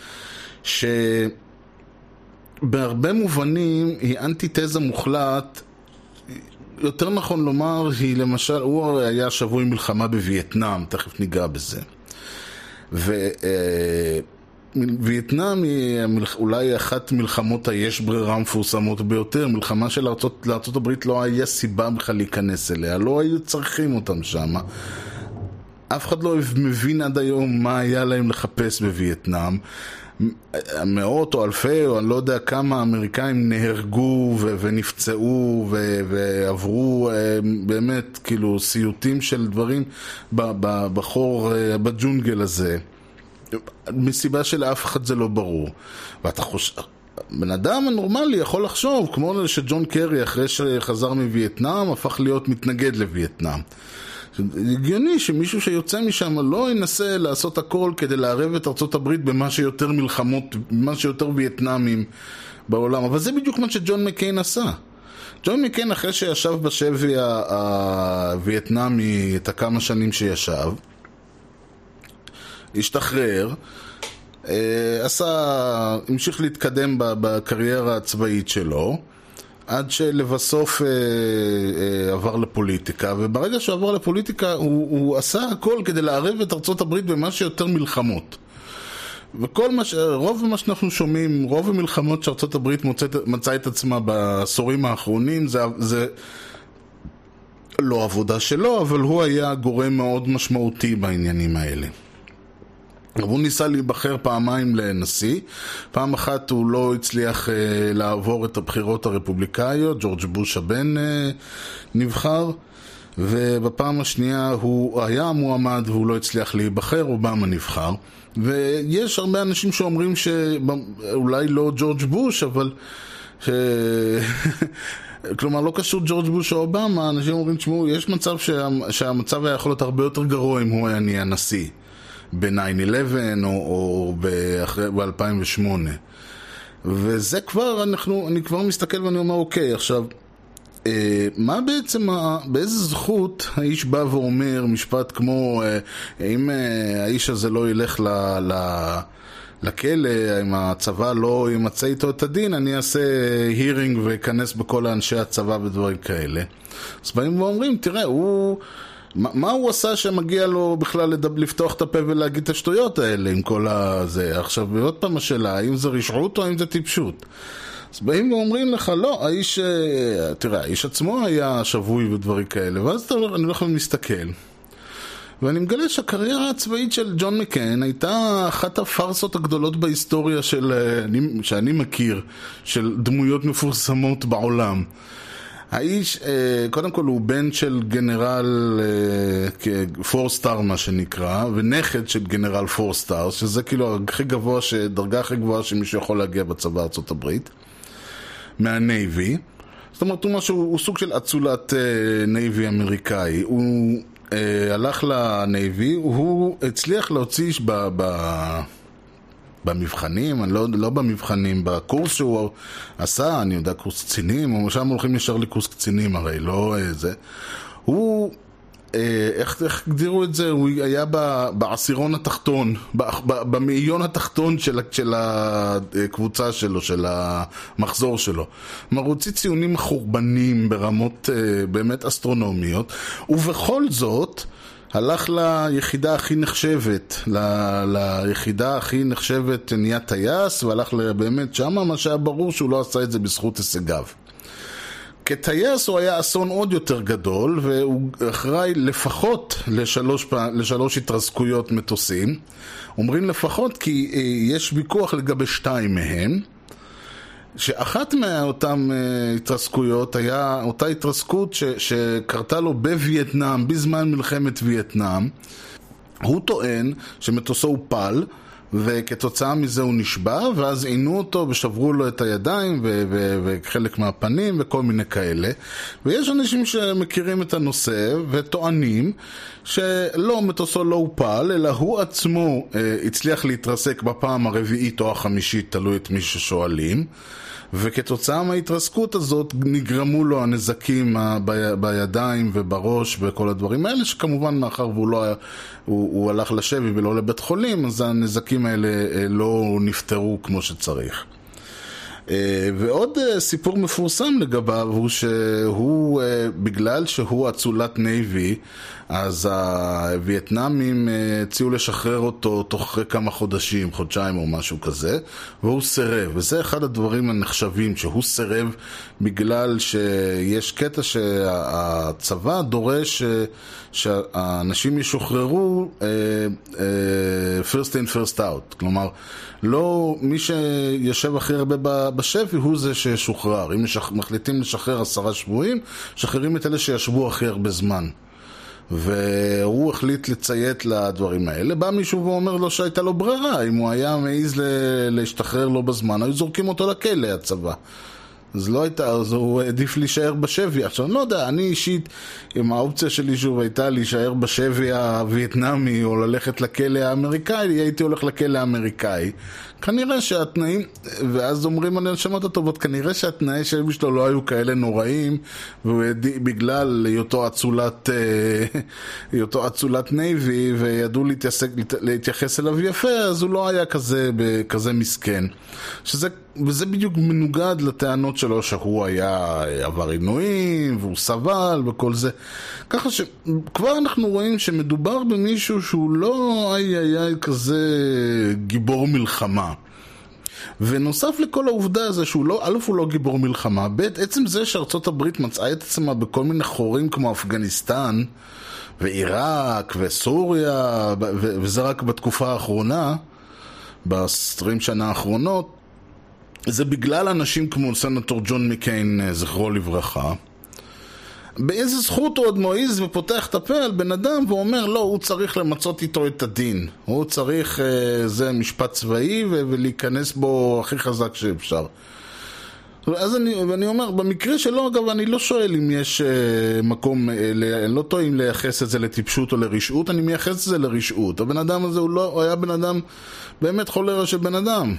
שבהרבה מובנים היא אנטיתזה מוחלט. יותר נכון לומר, היא למשל, הוא היה שבוי מלחמה בווייטנאם, תכף ניגע בזה. ו... וייטנאם היא אולי אחת מלחמות היש ברירה המפורסמות ביותר. מלחמה של ארצות, לארצות הברית לא היה סיבה בכלל להיכנס אליה, לא היו צריכים אותם שם. אף אחד לא מבין עד היום מה היה להם לחפש בווייטנאם. מאות או אלפי או אני לא יודע כמה אמריקאים נהרגו ו- ונפצעו ו- ועברו באמת כאילו סיוטים של דברים ב- ב- בחור, בג'ונגל הזה, מסיבה שלאף אחד זה לא ברור. ואתה חושב, בן אדם הנורמלי יכול לחשוב, כמו שג'ון קרי אחרי שחזר מווייטנאם הפך להיות מתנגד לווייטנאם. הגיוני שמישהו שיוצא משם לא ינסה לעשות הכל כדי לערב את ארצות הברית במה שיותר מלחמות, במה שיותר וייטנאמים בעולם. אבל זה בדיוק מה שג'ון מקיין עשה. ג'ון מקיין אחרי שישב בשבי הווייטנאמי את הכמה שנים שישב, השתחרר, עשה, המשיך להתקדם בקריירה הצבאית שלו, עד שלבסוף אה, אה, עבר לפוליטיקה, וברגע שהוא עבר לפוליטיקה הוא, הוא עשה הכל כדי לערב את ארצות הברית במה שיותר מלחמות. וכל מה ש... רוב מה שאנחנו שומעים, רוב המלחמות שארצות הברית מוצאת, מצאה את עצמה בעשורים האחרונים, זה, זה לא עבודה שלו, אבל הוא היה גורם מאוד משמעותי בעניינים האלה. הוא ניסה להיבחר פעמיים לנשיא. פעם אחת הוא לא הצליח uh, לעבור את הבחירות הרפובליקאיות, ג'ורג' בוש הבן uh, נבחר, ובפעם השנייה הוא היה מועמד והוא לא הצליח להיבחר, אובמה נבחר. ויש הרבה אנשים שאומרים שאולי לא ג'ורג' בוש, אבל ש... כלומר לא קשור ג'ורג' בוש או אובמה. אנשים אומרים, תשמעו, יש מצב שה... שהמצב היה יכול להיות הרבה יותר גרוע אם הוא היה נהיה נשיא ב-תשע אחת עשרה או, או ב-אלפיים ושמונה. וזה כבר, אנחנו, אני כבר מסתכל ואני אומר, אוקיי, עכשיו, אה, מה בעצם, באיזה זכות האיש בא ואומר משפט כמו, אה, אם אה, האיש הזה לא ילך ל... ל לכלא, אם הצבא לא ימצא איתו את הדין, אני אעשה הירינג וכנס בכל האנשי הצבא ודברים כאלה. אז באים ואומרים, תראה, הוא... מה, מה הוא עשה שמגיע לו בכלל לדב, לפתוח את הפה ולהגיד את השטויות האלה עם כל הזה? עכשיו, ועוד פעם השאלה, האם זה רשעות או האם זה טיפשות? אז באים ואומרים לך, לא, האיש, תראה, האיש עצמו היה שבוי ודברים כאלה, ואז אתה אומר, אני הולך ומסתכל. ואני מגלה שהקריירה הצבאית של ג'ון מקיין הייתה אחת הפרסות הגדולות בהיסטוריה של, שאני מכיר, של דמויות מפורסמות בעולם. האיש, קודם כל הוא בן של גנרל פורסטאר מה שנקרא, ונכד של גנרל פורסטאר, שזה כאילו הכי גבוה, דרגה הכי גבוהה שמישהו יכול להגיע בצבא ארצות הברית, מהנייבי. זאת אומרת, הוא משהו, הוא סוג של אצולת נייבי אמריקאי. הוא הלך לנייבי, הוא הצליח להוציא ב... ב במבחנים, אני לא, לא במבחנים, בקורס שהוא עשה, אני יודע, קורס קצינים, או שם הולכים ישר לקורס קצינים, הרי לא זה. הוא איך הגדירו את זה? הוא היה בעשירון התחתון, במאיון התחתון של, של הקבוצה שלו, של המחזור שלו. כלומר, הוא הוציא ציונים מחורבנים ברמות באמת אסטרונומיות, ובכל זאת הלך ליחידה הכי נחשבת, ל, ליחידה הכי נחשבת נהיה טייס, והלך באמת שמה, מה שהיה ברור שהוא לא עשה את זה בזכות הישגיו. כטייס הוא היה אסון עוד יותר גדול, והוא אחראי לפחות לשלוש, לשלוש התרסקויות מטוסים. אומרים לפחות כי יש ויכוח לגבי שתיים מהם, שאחת מאותן התרסקויות היה אותה התרסקות ש, שקרתה לו בווייטנאם, בזמן מלחמת וייטנאם. הוא טוען שמטוסו הוא פל, וכתוצאה מזה הוא נשבע, ואז עינו אותו ושברו לו את הידיים ו- ו- וחלק מהפנים וכל מיני כאלה. ויש אנשים שמכירים את הנושא וטוענים שלא, מטוסו לא הופל, אלא הוא עצמו אה, הצליח להתרסק בפעם הרביעית או החמישית, תלוי את מי ששואלים. וכתוצאה מההתרסקות הזאת נגרמו לו הנזקים ב- בידיים ובראש וכל הדברים האלה, שכמובן מאחר והוא לא היה, הוא, הוא הלך לשבי ולא לבית חולים, אז הנזקים האלה לא נפטרו כמו שצריך. ועוד סיפור מפורסם לגביו הוא שהוא, בגלל שהוא אצולת נייבי, אז הווייטנאמים הציעו לשחרר אותו תוך כמה חודשים, חודשיים או משהו כזה, והוא סירב. וזה אחד הדברים הנחשבים, שהוא סירב בגלל שיש קטע שהצבא דורש שהאנשים ישוחררו first in first out. כלומר, לא מי שישב הכי הרבה בשבי הוא זה ששוחרר. אם מחליטים לשחרר עשרה שבועים, שחררים את אלה שישבו הכי הרבה זמן. והוא החליט לציית לדברים האלה. בא מישהו ואומר לו שהייתה לו ברירה, אם הוא היה מעיז להשתחרר לו בזמן, היו זורקים אותו לכלא, הצבא. אז לא הייתה, אז הוא עדיף להישאר בשבי. עכשיו, אני לא יודע, אני אישית, אם האופציה שלי שוב הייתה להישאר בשבי הווייטנאמי או ללכת לכלא האמריקאי, הייתי הולך לכלא האמריקאי. כנראה שהתנאים, ואז אומרים על הנשמות הטובות, כנראה שהתנאי שבי שלו לא היו כאלה נוראים, בגלל היותו אצולת, היותו אצולת נייבי, וידעו להתייחס, להתייחס אליו יפה, אז הוא לא היה כזה, כזה מסכן. שזה, וזה בדיוק מנוגד לטענות שלו שהוא היה עבר עינויים והוא סבל וכל זה. ככה שכבר אנחנו רואים שמדובר במישהו שהוא לא היה, היה כזה גיבור מלחמה. ונוסף לכל העובדה הזה שהוא לא, א' הוא לא גיבור מלחמה, ב' עצם זה שארצות הברית מצאה את עצמה בכל מיני חורים כמו אפגניסטן ועיראק וסוריה, וזה רק בתקופה האחרונה, ב-עשרים שנה האחרונות, זה בגלל אנשים כמו סנטור ג'ון מקיין, זכרו לברכה. באיזה זכות הוא עוד מועיז ופותח את הפה על בן אדם ואומר לא, הוא צריך למצות איתו את הדין, הוא צריך, זה משפט צבאי ולהיכנס בו הכי חזק שאפשר. אז אני, ואני אומר, במקרה שלו, אגב, אני לא שואל אם יש uh, מקום, אני לא טועה אם לייחס את זה לטיפשות או לרשעות, אני מייחס את זה לרשעות. הבן אדם הזה, הוא, לא, הוא היה בן אדם, באמת חולרה של בן אדם.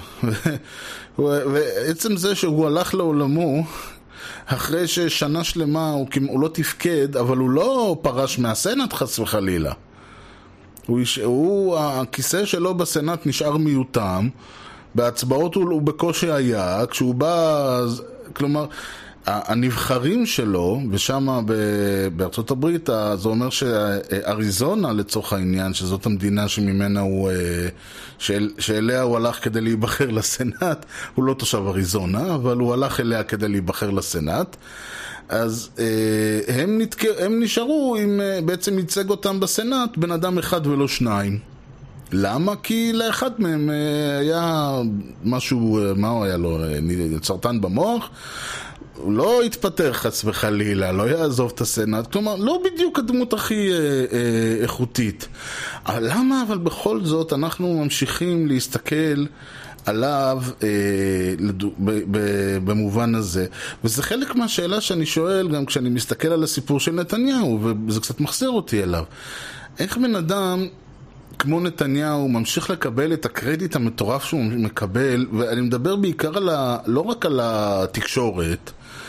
ועצם זה שהוא הלך לעולמו, אחרי ששנה שלמה הוא, הוא לא תפקד, אבל הוא לא פרש מהסנאט חס וחלילה. הוא, הוא, הכיסא שלו בסנאט נשאר מיותם, בהצבעות הוא, הוא בקושי היה, כשהוא בא, כלומר, הנבחרים שלו, ושם בארצות הברית, זה אומר שאריזונה לצורך העניין, שזאת המדינה שממנה הוא, שאל, שאליה הוא הלך כדי להיבחר לסנאט, הוא לא תושב אריזונה, אבל הוא הלך אליה כדי להיבחר לסנאט, אז הם, נתק... הם נשארו, עם, בעצם ייצג אותם בסנאט, בן אדם אחד ולא שניים. למה? כי לאחד מהם היה משהו, מה הוא היה לו? סרטן במוח, הוא לא התפטר חס וחלילה, לא יעזוב את הסנאט, כלומר, לא בדיוק הדמות הכי אה, אה, איכותית. אבל למה? אבל בכל זאת אנחנו ממשיכים להסתכל עליו אה, לדו, ב, ב, במובן הזה. וזה חלק מהשאלה שאני שואל גם כשאני מסתכל על הסיפור של נתניהו, וזה קצת מחזיר אותי אליו. איך בן אדם כמו נתניהו ממשיך לקבל את הקרדיט המטורף שהוא מקבל, ואני מדבר בעיקר על ה, לא רק על התקשורת,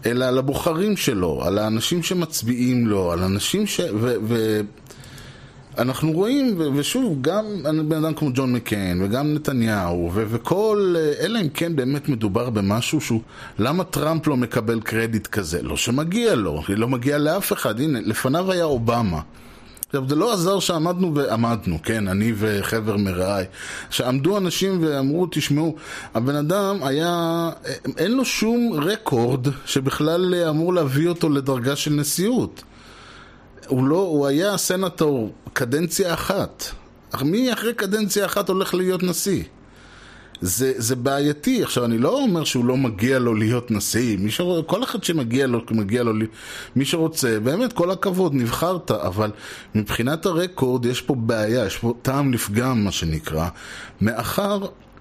אלא על הבוחרים שלו, על האנשים שמצביעים לו, על אנשים ש... ו... ו... אנחנו רואים, ו- ושוב, גם בן אדם כמו ג'ון מקיין, וגם נתניהו, ו- וכל, אלא אם כן באמת מדובר במשהו שהוא, למה טראמפ לא מקבל קרדיט כזה? לא שמגיע לו, לא מגיע לאף אחד, הנה, לפניו היה אובמה. עכשיו, זה לא עזר שעמדנו ועמדנו, כן, אני וחבר מרעי, שעמדו אנשים ואמרו, תשמעו, הבן אדם היה, אין לו שום רקורד שבכלל אמור להביא אותו לדרגה של נשיאות. הוא לא, הוא היה סנטור קדנציה אחת. מי אחרי קדנציה אחת הולך להיות נשיא? זה, זה בעייתי. עכשיו, אני לא אומר שהוא לא מגיע לו להיות נשיא. מי שרוצה, כל אחד שמגיע לו, מגיע לו, מי שרוצה, באמת, כל הכבוד, נבחרת, אבל מבחינת הרקורד יש פה בעיה, יש פה טעם לפגם, מה שנקרא, מאחר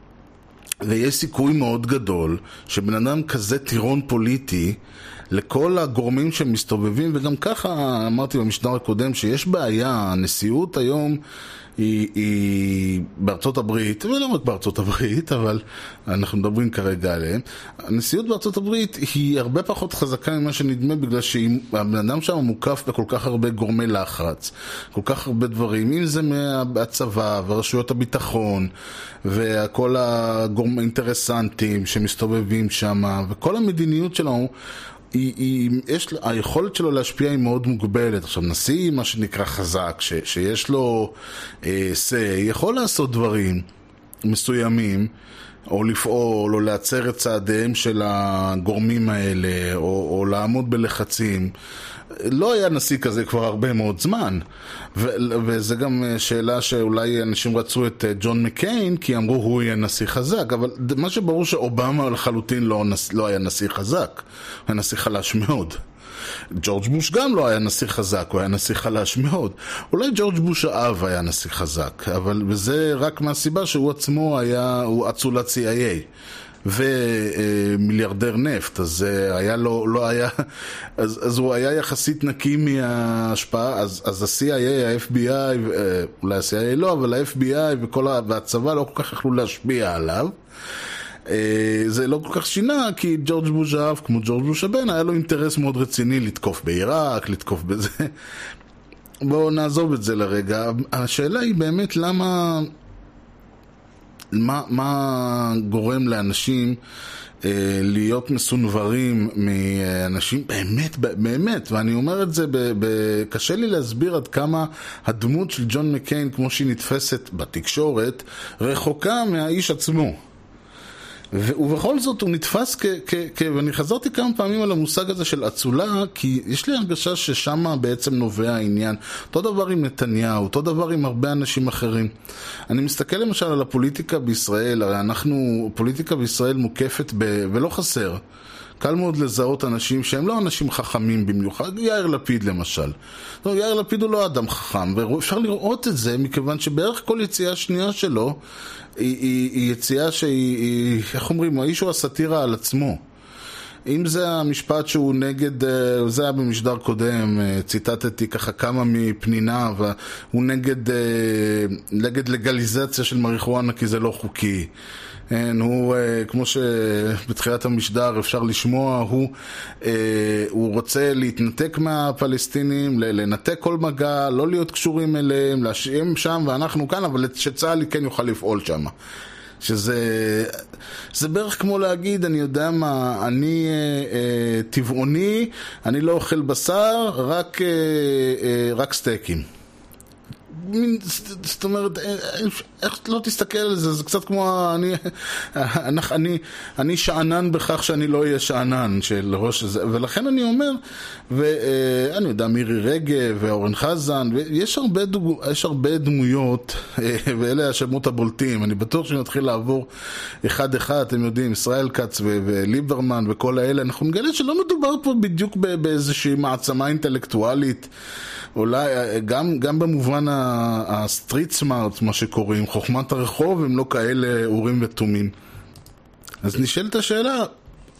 ויש סיכוי מאוד גדול שבן אדם כזה טירון פוליטי לכל הגורמים שמסתובבים, וגם ככה אמרתי במשדר הקודם שיש בעיה, הנשיאות היום היא, היא בארצות הברית, ולא רק בארצות הברית, אבל אנחנו מדברים כרגע עליהם, הנשיאות בארצות הברית היא הרבה פחות חזקה ממה שנדמה, בגלל שהבן אדם שם מוקף בכל כך הרבה גורמי לחץ, כל כך הרבה דברים, אם זה מהצבא ורשויות הביטחון, וכל הגורמים האינטרסנטים שמסתובבים שם, וכל המדיניות שלנו, היא, היא, יש, היכולת שלו להשפיע היא מאוד מוגבלת. עכשיו, נשיא, מה שנקרא חזק, ש, שיש לו אה, say, יכול לעשות דברים מסוימים, או לפעול, או לעצר את צעדיהם של הגורמים האלה, או, או לעמוד בלחצים. לא היה נשיא כזה כבר הרבה מאוד זמן, ו- וזה גם שאלה שאולי אנשים רצו את ג'ון מקיין, כי אמרו הוא יהיה נשיא חזק, אבל מה שברור שאובמה לחלוטין לא, נס- לא היה נשיא חזק, הוא היה נשיא חלש מאוד. ג'ורג' בוש גם לא היה נשיא חזק, הוא היה נשיא חלש מאוד. אולי ג'ורג' בוש האב היה נשיא חזק, אבל וזה רק מהסיבה שהוא עצמו היה, הוא אצולת סי איי איי. ומיליארדר נפט, אז היה לו, לא היה, אז, אז הוא היה יחסית נקי מההשפעה, אז, אז ה-סי איי איי, ה-אף בי איי, אולי ה-סי איי איי לא, אבל ה-אף בי איי וכל ה... והצבא לא כל כך יכלו להשפיע עליו. זה לא כל כך שינה, כי ג'ורג' בוש האב, כמו ג'ורג' בוש הבן, היה לו אינטרס מאוד רציני לתקוף בעיראק, לתקוף בזה. בואו נעזוב את זה לרגע. השאלה היא באמת למה... מה, מה גורם לאנשים אה, להיות מסונברים מאנשים באמת, באמת, ואני אומר את זה, ב, ב, קשה לי להסביר עד כמה הדמות של ג'ון מקיין, כמו שהיא נתפסת בתקשורת, רחוקה מהאיש עצמו. ובכל זאת הוא נתפס כ... כ, כ ואני חזרתי כמה פעמים על המושג הזה של אצולה, כי יש לי הרגשה ששם בעצם נובע העניין. אותו דבר עם נתניהו, אותו דבר עם הרבה אנשים אחרים. אני מסתכל למשל על הפוליטיקה בישראל, הרי אנחנו, פוליטיקה בישראל מוקפת ב... ולא חסר. קל מאוד לזהות אנשים שהם לא אנשים חכמים במיוחד, יאיר לפיד למשל. לא, יאיר לפיד הוא לא אדם חכם, ואפשר לראות את זה מכיוון שבערך כל יציאה שנייה שלו היא, היא, היא יציאה שהיא, היא, איך אומרים, האיש הוא הסאטירה על עצמו. אם זה המשפט שהוא נגד, זה היה במשדר קודם, ציטטתי ככה כמה מפנינה, והוא נגד, נגד לגליזציה של מריחואנה כי זה לא חוקי. הוא, כמו שבתחילת המשדר אפשר לשמוע, הוא, הוא רוצה להתנתק מהפלסטינים, לנתק כל מגע, לא להיות קשורים אליהם, להשאיר שם ואנחנו כאן, אבל שצה"ל כן יוכל לפעול שם. שזה זה בערך כמו להגיד, אני יודע מה, אני אה, אה, טבעוני, אני לא אוכל בשר, רק, אה, אה, רק סטייקים. זאת אומרת, איך לא תסתכל על זה, זה קצת כמו אני, אני, אני שענן בכך שאני לא אהיה שענן של ראש הזה, ולכן אני אומר, ואני יודע, מירי רגב ואורן חזן, ויש הרבה, דוג, יש הרבה דמויות, ואלה השמות הבולטים, אני בטוח שנתחיל לעבור אחד אחד, אתם יודעים, ישראל כץ וליברמן וכל האלה, אנחנו נגלה שלא מדובר פה בדיוק באיזושהי מעצמה אינטלקטואלית, אולי גם, גם במובן הסטריט סמארט, מה שקוראים, חוכמת הרחוב, הם לא כאלה אורים ותומים. אז נשאלת השאלה,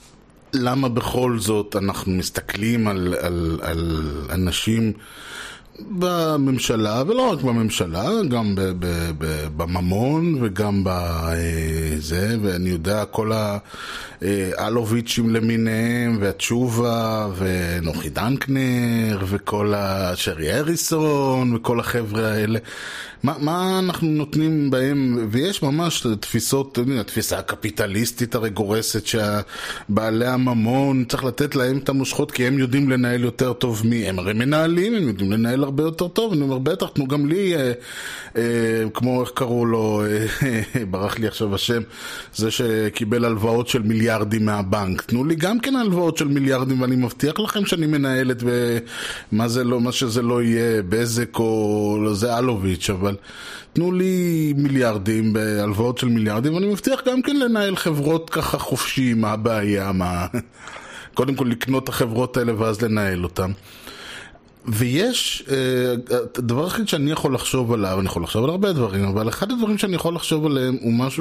למה בכל זאת אנחנו מסתכלים על, על, על אנשים בממשלה, ולא רק בממשלה, גם ב- ב- ב- בממון וגם בזה, ואני יודע, כל האלוביצ'ים למיניהם, והתשובה, ונוחי דנקנר, וכל השרי הריסון, וכל החבר'ה האלה. מה, מה אנחנו נותנים בהם, ויש ממש תפיסות, התפיסה הקפיטליסטית הרגורסת שהבעלי הממון צריך לתת להם את המושכות כי הם יודעים לנהל יותר טוב מי, הם הרי מנהלים, הם יודעים לנהל הרבה יותר טוב, אני אומר בטח, תנו גם לי, אה, אה, כמו איך קראו לו, אה, ברח לי עכשיו השם, זה שקיבל הלוואות של מיליארדים מהבנק, תנו לי גם כן הלוואות של מיליארדים ואני מבטיח לכם שאני מנהלת ומה זה לא, מה שזה לא יהיה, בזק או לא, זה אלוביץ', אבל תנו לי מיליארדים בהלוואות של מיליארדים ואני מבטיח גם כן לנהל חברות ככה חופשי, מה הבעיה, מה... קודם כל לקנות את החברות האלה ואז לנהל אותן. ויש, הדבר הכי שאני יכול לחשוב עליו, אני יכול לחשוב על הרבה דברים, אבל אחד הדברים שאני יכול לחשוב עליהם הוא משהו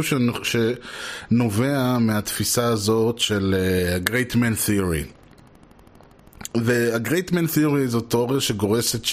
שנובע מהתפיסה הזאת של Great Man Theory. וה-Great Man Theory זו תיאוריה שגורסת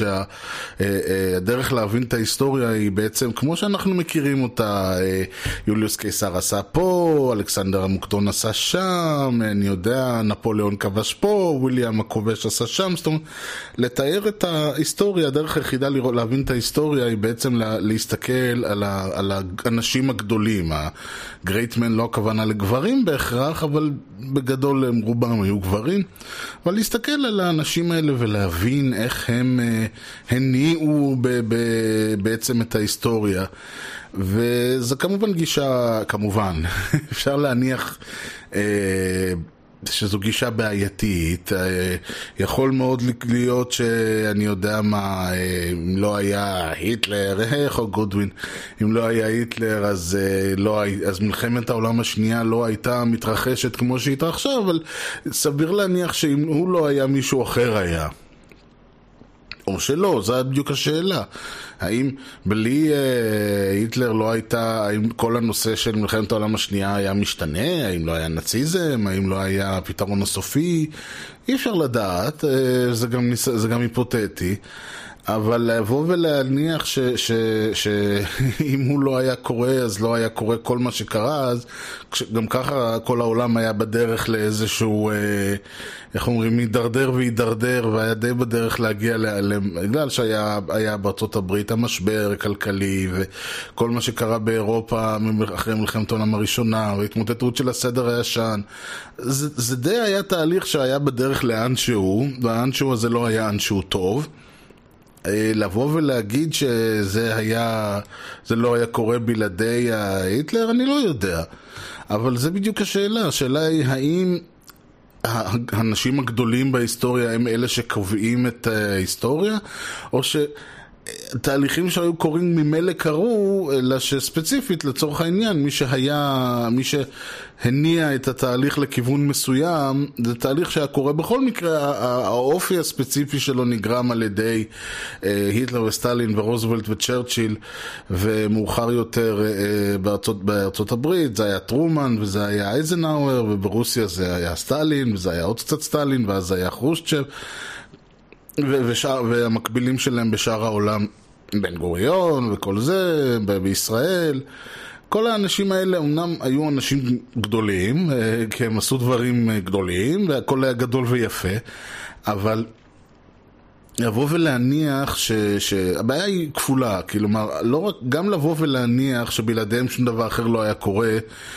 שהדרך להבין את ההיסטוריה היא בעצם כמו שאנחנו מכירים אותה, יוליוס קיסר עשה פה, אלכסנדר המוקדון עשה שם, אני יודע, נפוליאון כבש פה, וויליאם הכובש עשה שם, זאת אומרת, לתאר את ההיסטוריה, הדרך היחידה להבין את ההיסטוריה היא בעצם להסתכל על, ה, על האנשים הגדולים, ה-Great Man לא הכוונה לגברים בהכרח, אבל בגדול הם רובם היו גברים, אבל להסתכל על האנשים האלה ולהבין איך הם הניעו ב- ב- בעצם את ההיסטוריה. וזה כמובן גישה, כמובן, אפשר להניח אה, שזו גישה בעייתית. אה, יכול מאוד להיות שאני יודע מה, אה, אם לא היה היטלר, איך או גודווין, אם לא היה היטלר אז, אה, לא, אז מלחמת העולם השנייה לא הייתה מתרחשת כמו שהתרחשה, אבל סביר להניח שאם הוא לא היה מישהו אחר היה. או שלא, זו בדיוק השאלה. האם בלי אה, היטלר לא הייתה, האם כל הנושא של מלחמת העולם השנייה היה משתנה? האם לא היה נאציזם? האם לא היה הפתרון הסופי? אי אפשר לדעת, אה, זה גם, זה גם היפותטי. אבל לבוא ולהניח ש, ש, שאם הוא לא היה קורה, אז לא היה קורה כל מה שקרה, אז גם ככה כל העולם היה בדרך לאיזשהו, איך אומרים, הידרדר והידרדר, והיה די בדרך להגיע, בגלל שהיה היה בארצות הברית המשבר הכלכלי, וכל מה שקרה באירופה אחרי מלחמת העולם הראשונה, והתמוטטות של הסדר הישן, זה, זה די היה תהליך שהיה בדרך לאן שהוא, והאן שהוא הזה לא היה אן שהוא טוב, לבוא ולהגיד שזה היה, זה לא היה קורה בלעדי היטלר, אני לא יודע. אבל זה בדיוק השאלה. השאלה היא האם האנשים הגדולים בהיסטוריה הם אלה שקובעים את ההיסטוריה, או ש... תהליכים שהיו קוראים ממילא קרו, אלא שספציפית לצורך העניין, מי שהיה, מי שהניע את התהליך לכיוון מסוים, זה תהליך שהיה קורה בכל מקרה, האופי הספציפי שלו נגרם על ידי היטלר וסטלין ורוזוולט וצ'רצ'יל, ומאוחר יותר בארצות, בארצות הברית, זה היה טרומן וזה היה אייזנהאואר, וברוסיה זה היה סטלין, וזה היה עוד קצת סטלין, ואז זה היה חרושצ'ב, ושאר, והמקבילים שלהם בשאר העולם, בן גוריון וכל זה, בישראל. כל האנשים האלה אמנם היו אנשים גדולים, כי הם עשו דברים גדולים, והכל היה גדול ויפה, אבל לבוא ולהניח ש, שהבעיה היא כפולה, כלומר, לא רק, גם לבוא ולהניח שבלעדיהם שום דבר אחר לא היה קורה,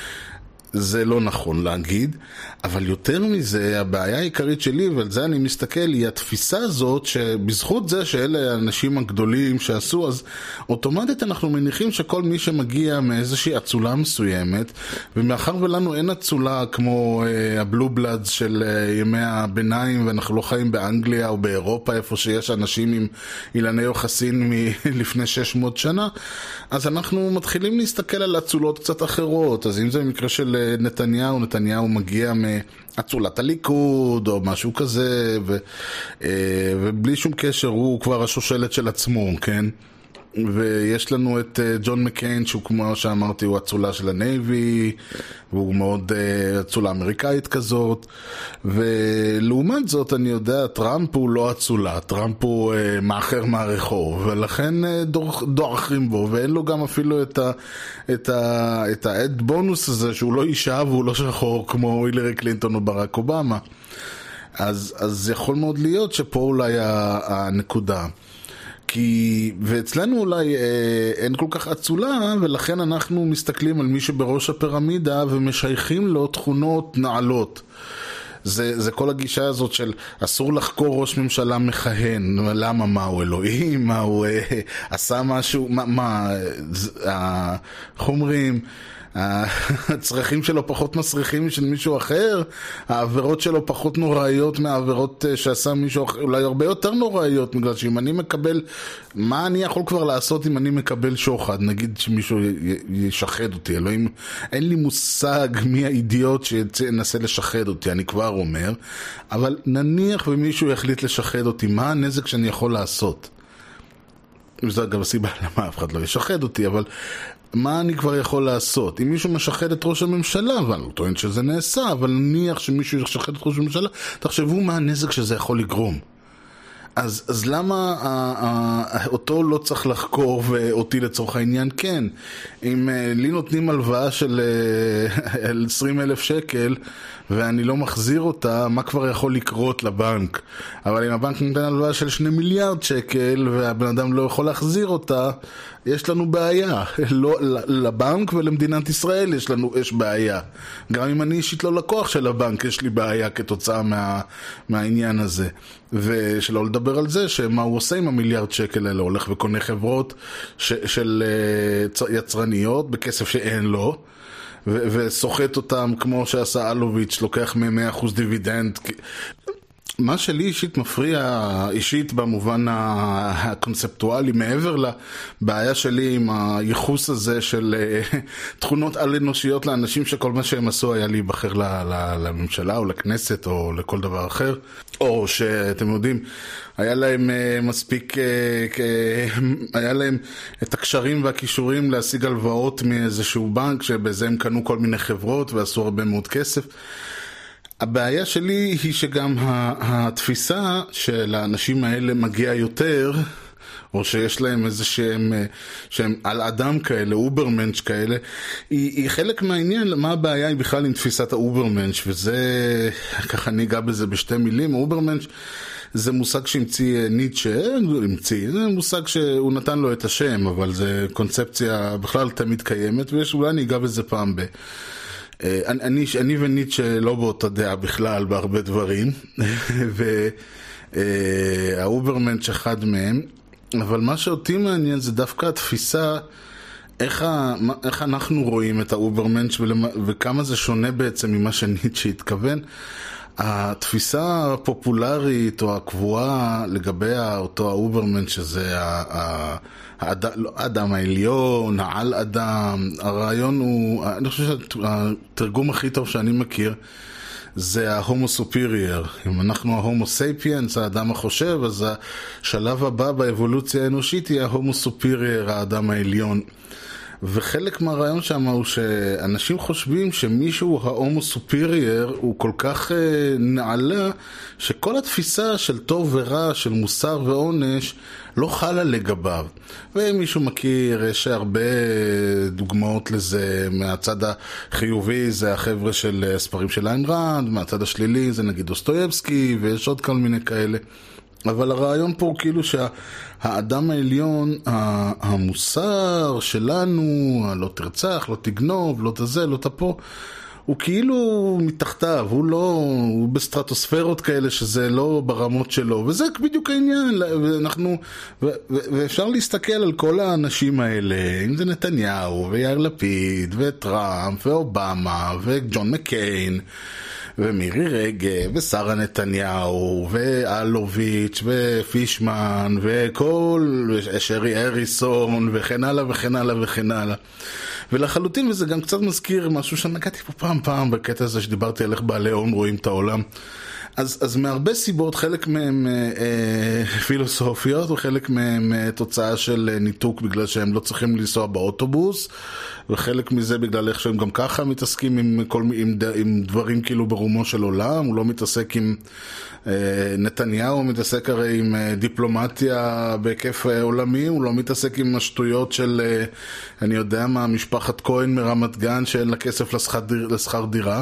זה לא נכון להגיד, אבל יותר מזה, הבעיה העיקרית שלי, ועל זה אני מסתכל, היא התפיסה הזאת שבזכות זה שאלה האנשים הגדולים שעשו, אז אוטומטית אנחנו מניחים שכל מי שמגיע מאיזושהי אצולה מסוימת, ומאחר ולנו אין אצולה כמו אה, הבלו בלאדס של אה, ימי הביניים, ואנחנו לא חיים באנגליה או באירופה, איפה שיש אנשים עם אילני יוחסין מלפני שש מאות שנה, אז אנחנו מתחילים להסתכל על אצולות קצת אחרות. אז אם זה במקרה של נתניהו, נתניהו מגיע מאצולת הליכוד או משהו כזה, ו, ובלי שום קשר הוא כבר השושלת של עצמו, כן? ויש לנו את ג'ון מקיין, שהוא כמו שאמרתי, הוא הצולה של הנייבי, והוא מאוד הצולה אמריקאית כזאת, ולעומת זאת אני יודע, טראמפ הוא לא הצולה, טראמפ הוא מאחר מהרחוב, ולכן דורכים בו, ואין לו גם אפילו את ה, את ה, את העד בונוס הזה, שהוא לא אישה והוא לא שחור כמו הילרי קלינטון או ברק אובמה. אז, אז יכול מאוד להיות שפה אולי הנקודה. כי, ואצלנו אולי אה, אין כל כך עצולה, ולכן אנחנו מסתכלים על מי שבראש הפירמידה ומשייכים לו תכונות נעלות. זה, זה כל הגישה הזאת של אסור לחקור ראש ממשלה מכהן. למה? מה הוא אלוהים? מה הוא אה, עשה משהו? מה, מה אה, חומרים? הצרכים שלו פחות מסריחים של מישהו אחר, העבירות שלו פחות נוראיות מהעבירות שעשה מישהו אחר, אולי הרבה יותר נוראיות, בגלל שאם אני מקבל, מה אני יכול כבר לעשות אם אני מקבל שוחד? נגיד שמישהו ישחד אותי, אלוהים, אין לי מושג מי האידיוט שינסה לשחד אותי, אני כבר אומר, אבל נניח ומישהו יחליט לשחד אותי, מה הנזק שאני יכול לעשות? וזו גם הסיבה למה אף אחד לא ישחד אותי, אבל מה אני כבר יכול לעשות? אם מישהו משחד את ראש הממשלה, אבל הוא טוען שזה נעשה, אבל נניח שמישהו ישחד את ראש הממשלה, תחשבו מה הנזק שזה יכול לגרום. אז, אז למה ה, ה, אותו לא צריך לחקור ואותי לצורך העניין? כן, אם לי נותנים הלוואה של עשרים אלף שקל ואני לא מחזיר אותה, מה כבר יכול לקרות לבנק? אבל אם הבנק נותן הלוואה של שני מיליארד שקל והבן אדם לא יכול להחזיר אותה, יש לנו בעיה. לא, לבנק ולמדינת ישראל יש לנו יש בעיה. גם אם אני אישית לא לקוח של הבנק, יש לי בעיה כתוצאה מה, מהעניין הזה. ושלא לדבר על זה שמה הוא עושה עם המיליארד שקל האלה, הולך וקונה חברות ש, של יצרניות בכסף שאין לו, ו- וסוחט אותם כמו שעשה אלוביץ', לוקח מאה אחוז דיבידנד. מה שלי אישית מפריע, אישית במובן הקונספטואלי, מעבר לבעיה שלי עם הייחוס הזה של תכונות על אנושיות לאנשים שכל מה שהם עשו היה להיבחר לממשלה או לכנסת או לכל דבר אחר, או שאתם יודעים, היה להם מספיק, היה להם את הקשרים והכישורים להשיג הלוואות מאיזשהו בנק שבזה הם קנו כל מיני חברות ועשו הרבה מאוד כסף. הבעיה שלי היא שגם התפיסה של האנשים האלה מגיע יותר, או שיש להם איזה שהם, שהם על אדם כאלה, אוברמנש כאלה, היא, היא חלק מהעניין. מה הבעיה היא בכלל עם תפיסת האוברמנש? וזה, ככה ניגע בזה בשתי מילים. האוברמנש זה מושג שהמציא ניטשה, המציא, זה מושג שהוא נתן לו את השם, אבל זה קונספציה בכלל תמיד קיימת, ויש אולי ניגע בזה פעם ב... אני, אני וניטשה לא באותה דעה בכלל בהרבה דברים, והאוברמנש אחד מהם, אבל מה שאותי מעניין זה דווקא התפיסה, איך, ה, איך אנחנו רואים את האוברמנש וכמה זה שונה בעצם ממה שניטשה התכוון. התפיסה הפופולרית או הקבועה לגבי אותו האוברמנש שזה האדם העליון, העל אדם, הרעיון הוא, אני חושב שהתרגום הכי טוב שאני מכיר זה ההומו סופירייר. אם אנחנו ההומו סייפיאנס, האדם החושב, אז השלב הבא באבולוציה האנושית היא ההומו סופירייר, האדם העליון. וחלק מהרעיון שם הוא שאנשים חושבים שמישהו ההומו סופירייר הוא כל כך נעלה שכל התפיסה של טוב ורע, של מוסר ועונש לא חלה לגביו. ומישהו מכיר, יש הרבה דוגמאות לזה. מהצד החיובי זה החבר'ה של הספרים של איין ראנד, מהצד השלילי זה נגיד דוסטויבסקי, ויש עוד כל מיני כאלה. אבל הרעיון פה הוא כאילו שהאדם העליון, המוסר שלנו, לא תרצח, לא תגנוב, לא תזה, לא תפה, הוא כאילו מתחתיו, הוא לא, הוא בסטרטוספרות כאלה שזה לא ברמות שלו, וזה בדיוק העניין. ואנחנו, ו, ו, ואפשר להסתכל על כל האנשים האלה, אם זה נתניהו ויאיר לפיד וטראמפ ואובמה וג'ון מקיין ומירי רגב ושרה נתניהו ואלוביץ' ופישמן וכל שרי אריסון וכן הלאה וכן הלאה וכן הלאה. ולחלוטין, וזה גם קצת מזכיר משהו שנגעתי פה פעם פעם בקטע הזה שדיברתי על איך בעלי הון רואים את העולם. אז, אז מהרבה סיבות, חלק מהם אה, פילוסופיות וחלק מהם אה, תוצאה של ניתוק בגלל שהם לא צריכים לנסוע באוטובוס, וחלק מזה בגלל איך שהם גם ככה מתעסקים עם, כל, עם, עם דברים כאילו ברומו של עולם. הוא לא מתעסק עם אה, נתניהו, הוא מתעסק הרי עם אה, דיפלומטיה בהיקף אה, עולמי, הוא לא מתעסק עם השטויות של, אה, אני יודע מה, משפחת כהן מרמת גן שאין לה כסף לשכר, לשכר דירה.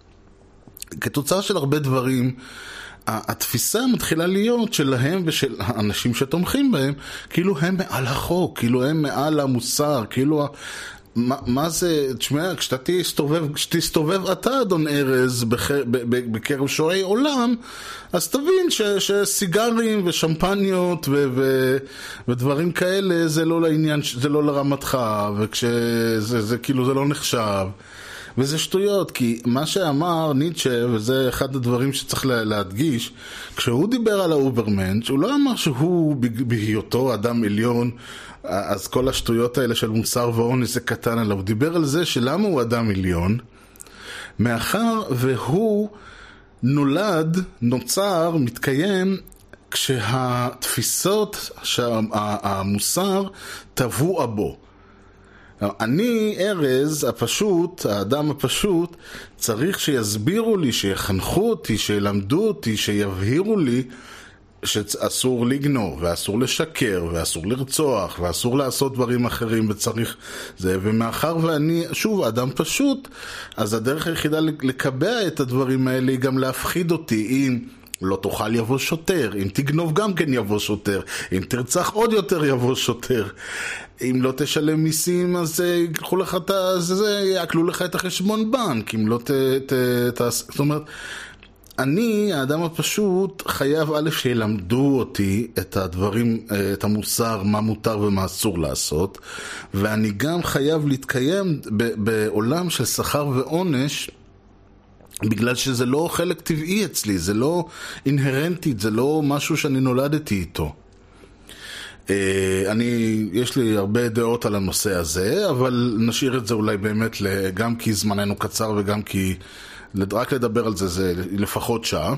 כתוצאה של הרבה דברים, התפיסה מתחילה להיות שלהם ושל האנשים שתומכים בהם, כאילו הם מעל החוק, כאילו הם מעל המוסר, כאילו, מה, מה זה, תשמע, כשאתה תסתובב, כשתסתובב אתה, אדון ארז, בקר, בקרב שועי עולם, אז תבין ש, שסיגרים ושמפניות ו, ו, ודברים כאלה, זה לא לעניין, זה לא לרמתך, וכשזה, זה, כאילו, זה לא נחשב. וזה שטויות, כי מה שאמר ניטשה, וזה אחד הדברים שצריך להדגיש, כשהוא דיבר על האוברמנש, הוא לא אמר שהוא בהיותו אדם עליון, אז כל השטויות האלה של מוסר ועונש זה קטן עליו. הוא דיבר על זה שלמה הוא אדם עליון, מאחר והוא נולד, נוצר, מתקיים, כשהתפיסות, שהמוסר טבוע בו. אני, ארז, הפשוט, האדם הפשוט, צריך שיסבירו לי, שיחנכו אותי, שילמדו אותי, שיבהירו לי שאסור לגנוב, ואסור לשקר, ואסור לרצוח, ואסור לעשות דברים אחרים, וצריך זה. ומאחר ואני, שוב, אדם פשוט, אז הדרך היחידה לקבע את הדברים האלה היא גם להפחיד אותי. אם לא תוכל יבוא שוטר, אם תגנוב גם כן יבוא שוטר, אם תרצח עוד יותר יבוא שוטר, אם לא תשלם מיסים אז יקחו לך את זה, יעקלו לך את החשבון בנק, אם לא ת... ת, ת זאת אומרת, אני, האדם הפשוט, חייב א' שילמדו אותי את הדברים, את המוסר, מה מותר ומה אסור לעשות, ואני גם חייב להתקיים בעולם של שכר ועונש, בגלל שזה לא חלק טבעי אצלי, זה לא אינהרנטית, זה לא משהו שאני נולדתי איתו. אני, יש לי הרבה דעות על הנושא הזה, אבל נשאיר את זה אולי באמת גם כי זמננו קצר וגם כי רק לדבר על זה זה לפחות שעה.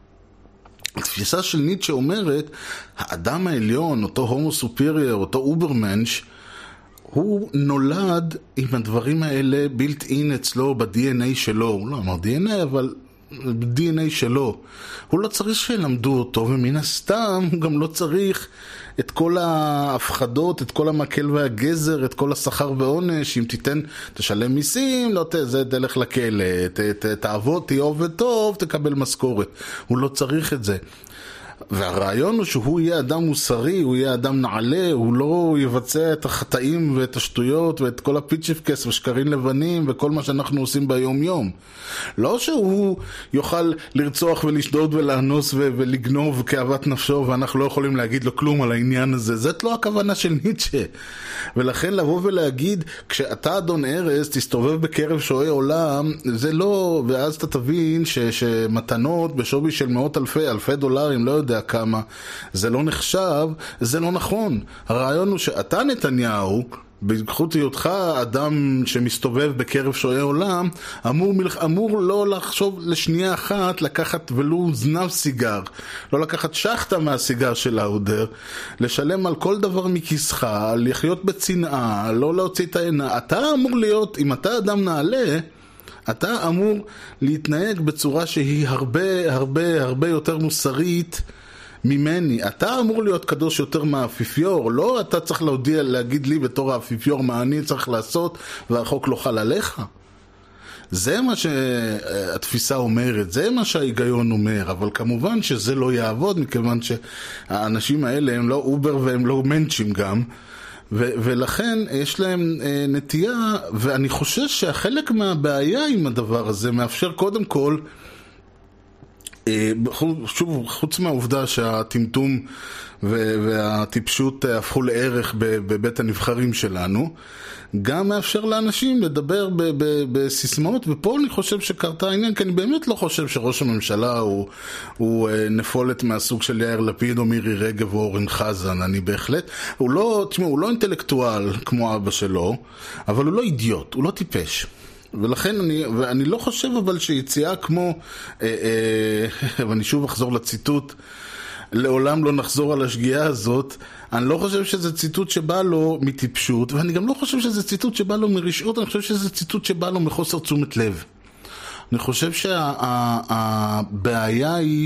התפיסה של ניטשה אומרת, האדם העליון, אותו הומו סופיריור, אותו אוברמנש, הוא נולד עם הדברים האלה בילט אין אצלו ב-די אן איי שלו. הוא לא אמר די אן איי, אבל ב-די אן איי שלו. הוא לא צריך שילמדו אותו, ומן הסתם הוא גם לא צריך את כל ההפחדות, את כל המקל והגזר, את כל השכר ועונש. אם תיתן, תשלם מיסים, לא, זה תלך לכלא, ת, ת, תעבוד, תהיה עובד טוב, תקבל משכורת. הוא לא צריך את זה. והרעיון הוא שהוא יהיה אדם מוסרי, הוא יהיה אדם נעלה, הוא לא יבצע את החטאים ואת השטויות ואת כל הפיצ'פקס ושקרים לבנים וכל מה שאנחנו עושים ביום יום. לא שהוא יוכל לרצוח ולשדוד ולאנוס ו- ולגנוב כאוות נפשו ואנחנו לא יכולים להגיד לו כלום על העניין הזה. זאת לא הכוונה של ניטשה. ולכן לבוא ולהגיד, כשאתה אדון ארז תסתובב בקרב שועי עולם, זה לא, ואז אתה תבין ש- שמתנות בשווי של מאות אלפי, אלפי דולרים, לא יודע כמה, זה לא נחשב, זה לא נכון. הרעיון הוא שאתה נתניהו, בזכות היותך אדם שמסתובב בקרב שועי עולם, אמור, אמור לא לחשוב לשנייה אחת לקחת ולו זנב סיגר, לא לקחת שחטה מהסיגר של האודר, לשלם על כל דבר מכיסך, לחיות בצנעה, לא להוציא את העינה. אתה אמור להיות, אם אתה אדם נעלה, אתה אמור להתנהג בצורה שהיא הרבה הרבה הרבה יותר מוסרית ממני. אתה אמור להיות קדוש יותר מהאפיפיור, לא אתה צריך להודיע, להגיד לי בתור האפיפיור מה אני צריך לעשות והחוק לא חל עליך. זה מה שהתפיסה אומרת, זה מה שההיגיון אומר, אבל כמובן שזה לא יעבוד, מכיוון שהאנשים האלה הם לא אובר והם לא מנצ'ים גם, ו- ולכן יש להם אה, נטייה, ואני חושש שהחלק מהבעיה עם הדבר הזה מאפשר קודם כל, אה, שוב, חוץ מהעובדה שהטמטום ו- והטיפשות הפכו לערך בבית הנבחרים שלנו, גם מאפשר לאנשים לדבר ב- ב- בסיסמאות, ופה אני חושב שקרתה העניין, כי אני באמת לא חושב שראש הממשלה הוא, הוא נפולת מהסוג של יאיר לפיד או מירי רגב או אורן חזן. אני בהחלט, הוא לא, תשמעו, הוא לא אינטלקטואל כמו אבא שלו, אבל הוא לא אידיוט, הוא לא טיפש. ולכן אני, ואני לא חושב אבל שיציאה כמו, אה, אה, ואני שוב אחזור לציטוט, לעולם לא נחזור על השגיאה הזאת, אני לא חושב שזה ציטוט שבא לו מטיפשות, ואני גם לא חושב שזה ציטוט שבא לו מרשעות, אני חושב שזה ציטוט שבא לו מחוסר תשומת לב. אני חושב שהבעיה היא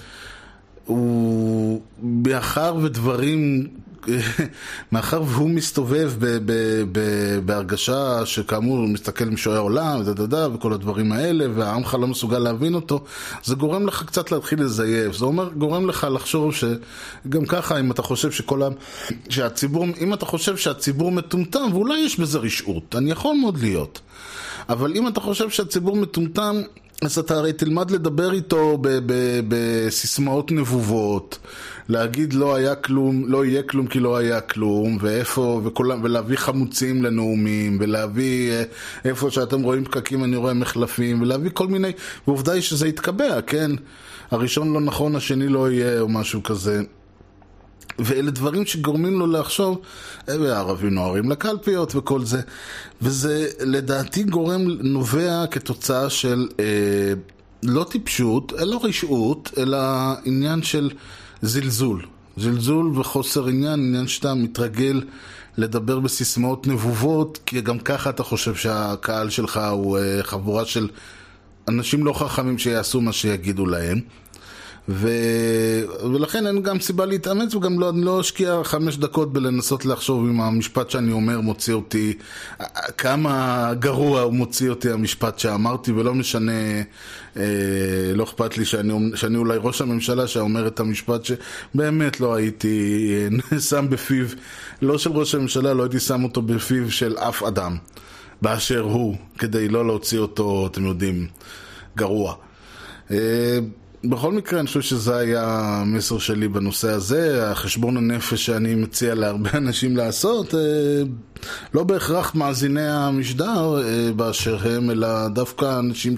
שהוא, מאחר ודברים, מאחר והוא מסתובב ב, ב, ב, בהרגשה שכאמור הוא מסתכל עם שועי העולם ודדדה וכל הדברים האלה, והעמך לא מסוגל להבין אותו, זה גורם לך קצת להתחיל לזייף. זה אומר, גורם לך לחשוב שגם ככה, אם אתה חושב שכל העם, שהציבור, אם אתה חושב שהציבור מטומטם, ואולי יש בזה רשעות, אני יכול מאוד להיות, אבל אם אתה חושב שהציבור מטומטם, אז אתה הרי תלמד לדבר איתו בסיסמאות נבובות, להגיד לא היה כלום, לא יהיה כלום כי לא היה כלום, ואיפה, וכולם, ולהביא חמוצים לנאומים, ולהביא איפה שאתם רואים פקקים אני רואה מחלפים, ולהביא כל מיני, ועובדה היא שזה יתקבע, כן? הראשון לא נכון, השני לא יהיה, או משהו כזה. ואלה דברים שגורמים לו לחשוב, הערבים נוערים לקלפיות וכל זה, וזה לדעתי גורם נובע כתוצאה של אה, לא טיפשות, אלא רשעות, אלא עניין של זלזול. זלזול וחוסר עניין, עניין שאתה מתרגל לדבר בסיסמאות נבובות, כי גם ככה אתה חושב שהקהל שלך הוא אה, חבורה של אנשים לא חכמים שיעשו מה שיגידו להם. ו... ולכן אין גם סיבה להתאמץ, וגם לא, אני לא אשקיע חמש דקות בלנסות לחשוב אם המשפט שאני אומר מוציא אותי, כמה גרוע הוא מוציא אותי המשפט שאמרתי, ולא משנה, אה, לא אכפת לי שאני, שאני אולי ראש הממשלה שאומר את המשפט שבאמת לא הייתי שם בפיו, לא של ראש הממשלה, לא הייתי שם אותו בפיו של אף אדם באשר הוא, כדי לא להוציא אותו, אתם יודעים, גרוע. אה, בכל מקרה, אני חושב שזה היה המסר שלי בנושא הזה, החשבון הנפש שאני מציע להרבה אנשים לעשות, לא בהכרח מאזיני המשדר באשר הם, אלא דווקא אנשים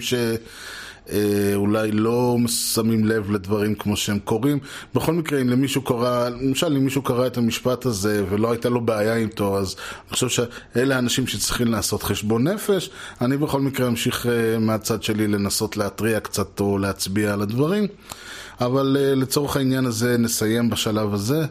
שאולי לא שמים לב לדברים כמו שהם קוראים. בכל מקרה, אם למישהו קרא, למשל אם מישהו קרא את המשפט הזה ולא הייתה לו בעיה איתו, אז אני חושב שאלה האנשים שצריכים לעשות חשבון נפש. אני בכל מקרה אמשיך מהצד שלי לנסות להטריע קצת או להצביע על הדברים, אבל לצורך העניין הזה נסיים בשלב הזה.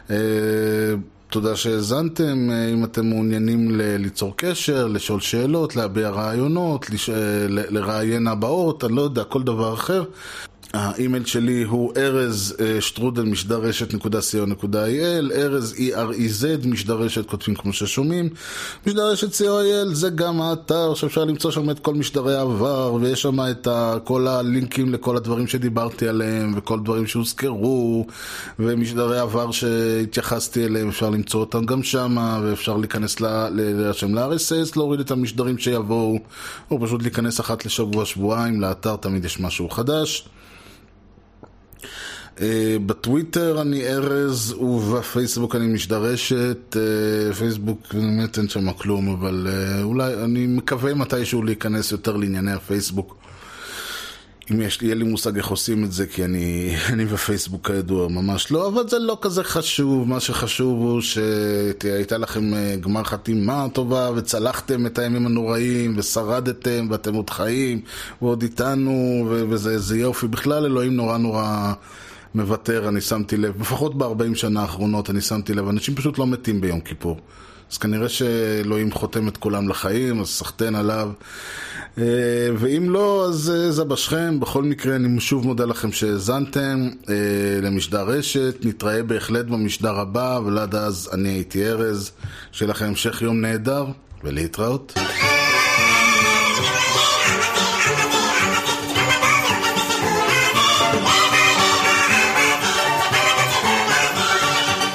תודה שהזנתם. אם אתם מעוניינים ליצור קשר, לשאול שאלות, להביע רעיונות, לש... לראיין הבאות, אני לא יודע, כל דבר אחר, האימייל שלי הוא ארז שטרודל משדרשת נקודה סי או נקודה איי אל, ארז אי אר אי זד משדרשת, כותבים כמו ששומעים, משדרשת סי או איי אל, זה גם האתר שאפשר למצוא שם את כל משדרי העבר, ויש שם את כל הלינקים לכל הדברים שדיברתי עליהם וכל דברים שהוזכרו, ומשדרי העבר שהתייחסתי אליהם אפשר למצוא אותם גם שם, ואפשר להיכנס לשם ל-אר אס אס, להוריד את המשדרים שיבואו, או פשוט להיכנס אחת לשבוע שבועיים לאתר, תמיד יש משהו חדש. בטוויטר אני ארז, ובפייסבוק אני משדרשת. פייסבוק באמת אין שם כלום, אבל אולי אני מקווה מתישהו להיכנס יותר לענייני הפייסבוק, אם יש לי, יהיה לי מושג איך עושים את זה, כי אני, אני בפייסבוק כידוע ממש לא, אבל זה לא כזה חשוב. מה שחשוב הוא שהייתה לכם גמר חתימה טובה, וצלחתם את הימים הנוראים, ושרדתם, ואתם עוד חיים, ועוד איתנו, וזה זה יופי. בכלל אלוהים נורא נורא מוותר, אני שמתי לב, לפחות ב-ארבעים שנה האחרונות אני שמתי לב, אנשים פשוט לא מתים ביום כיפור. אז כנראה שאלוהים חותם את כולם לחיים, אז סחטן עליו. ואם לא, אז זה בשכם. בכל מקרה, אני שוב מודה לכם שהזנתם למשדר רשת. נתראה בהחלט במשדר הבא, ולעד אז אני הייתי ארז. שיהיה לכם המשך יום נהדר, ולהתראות.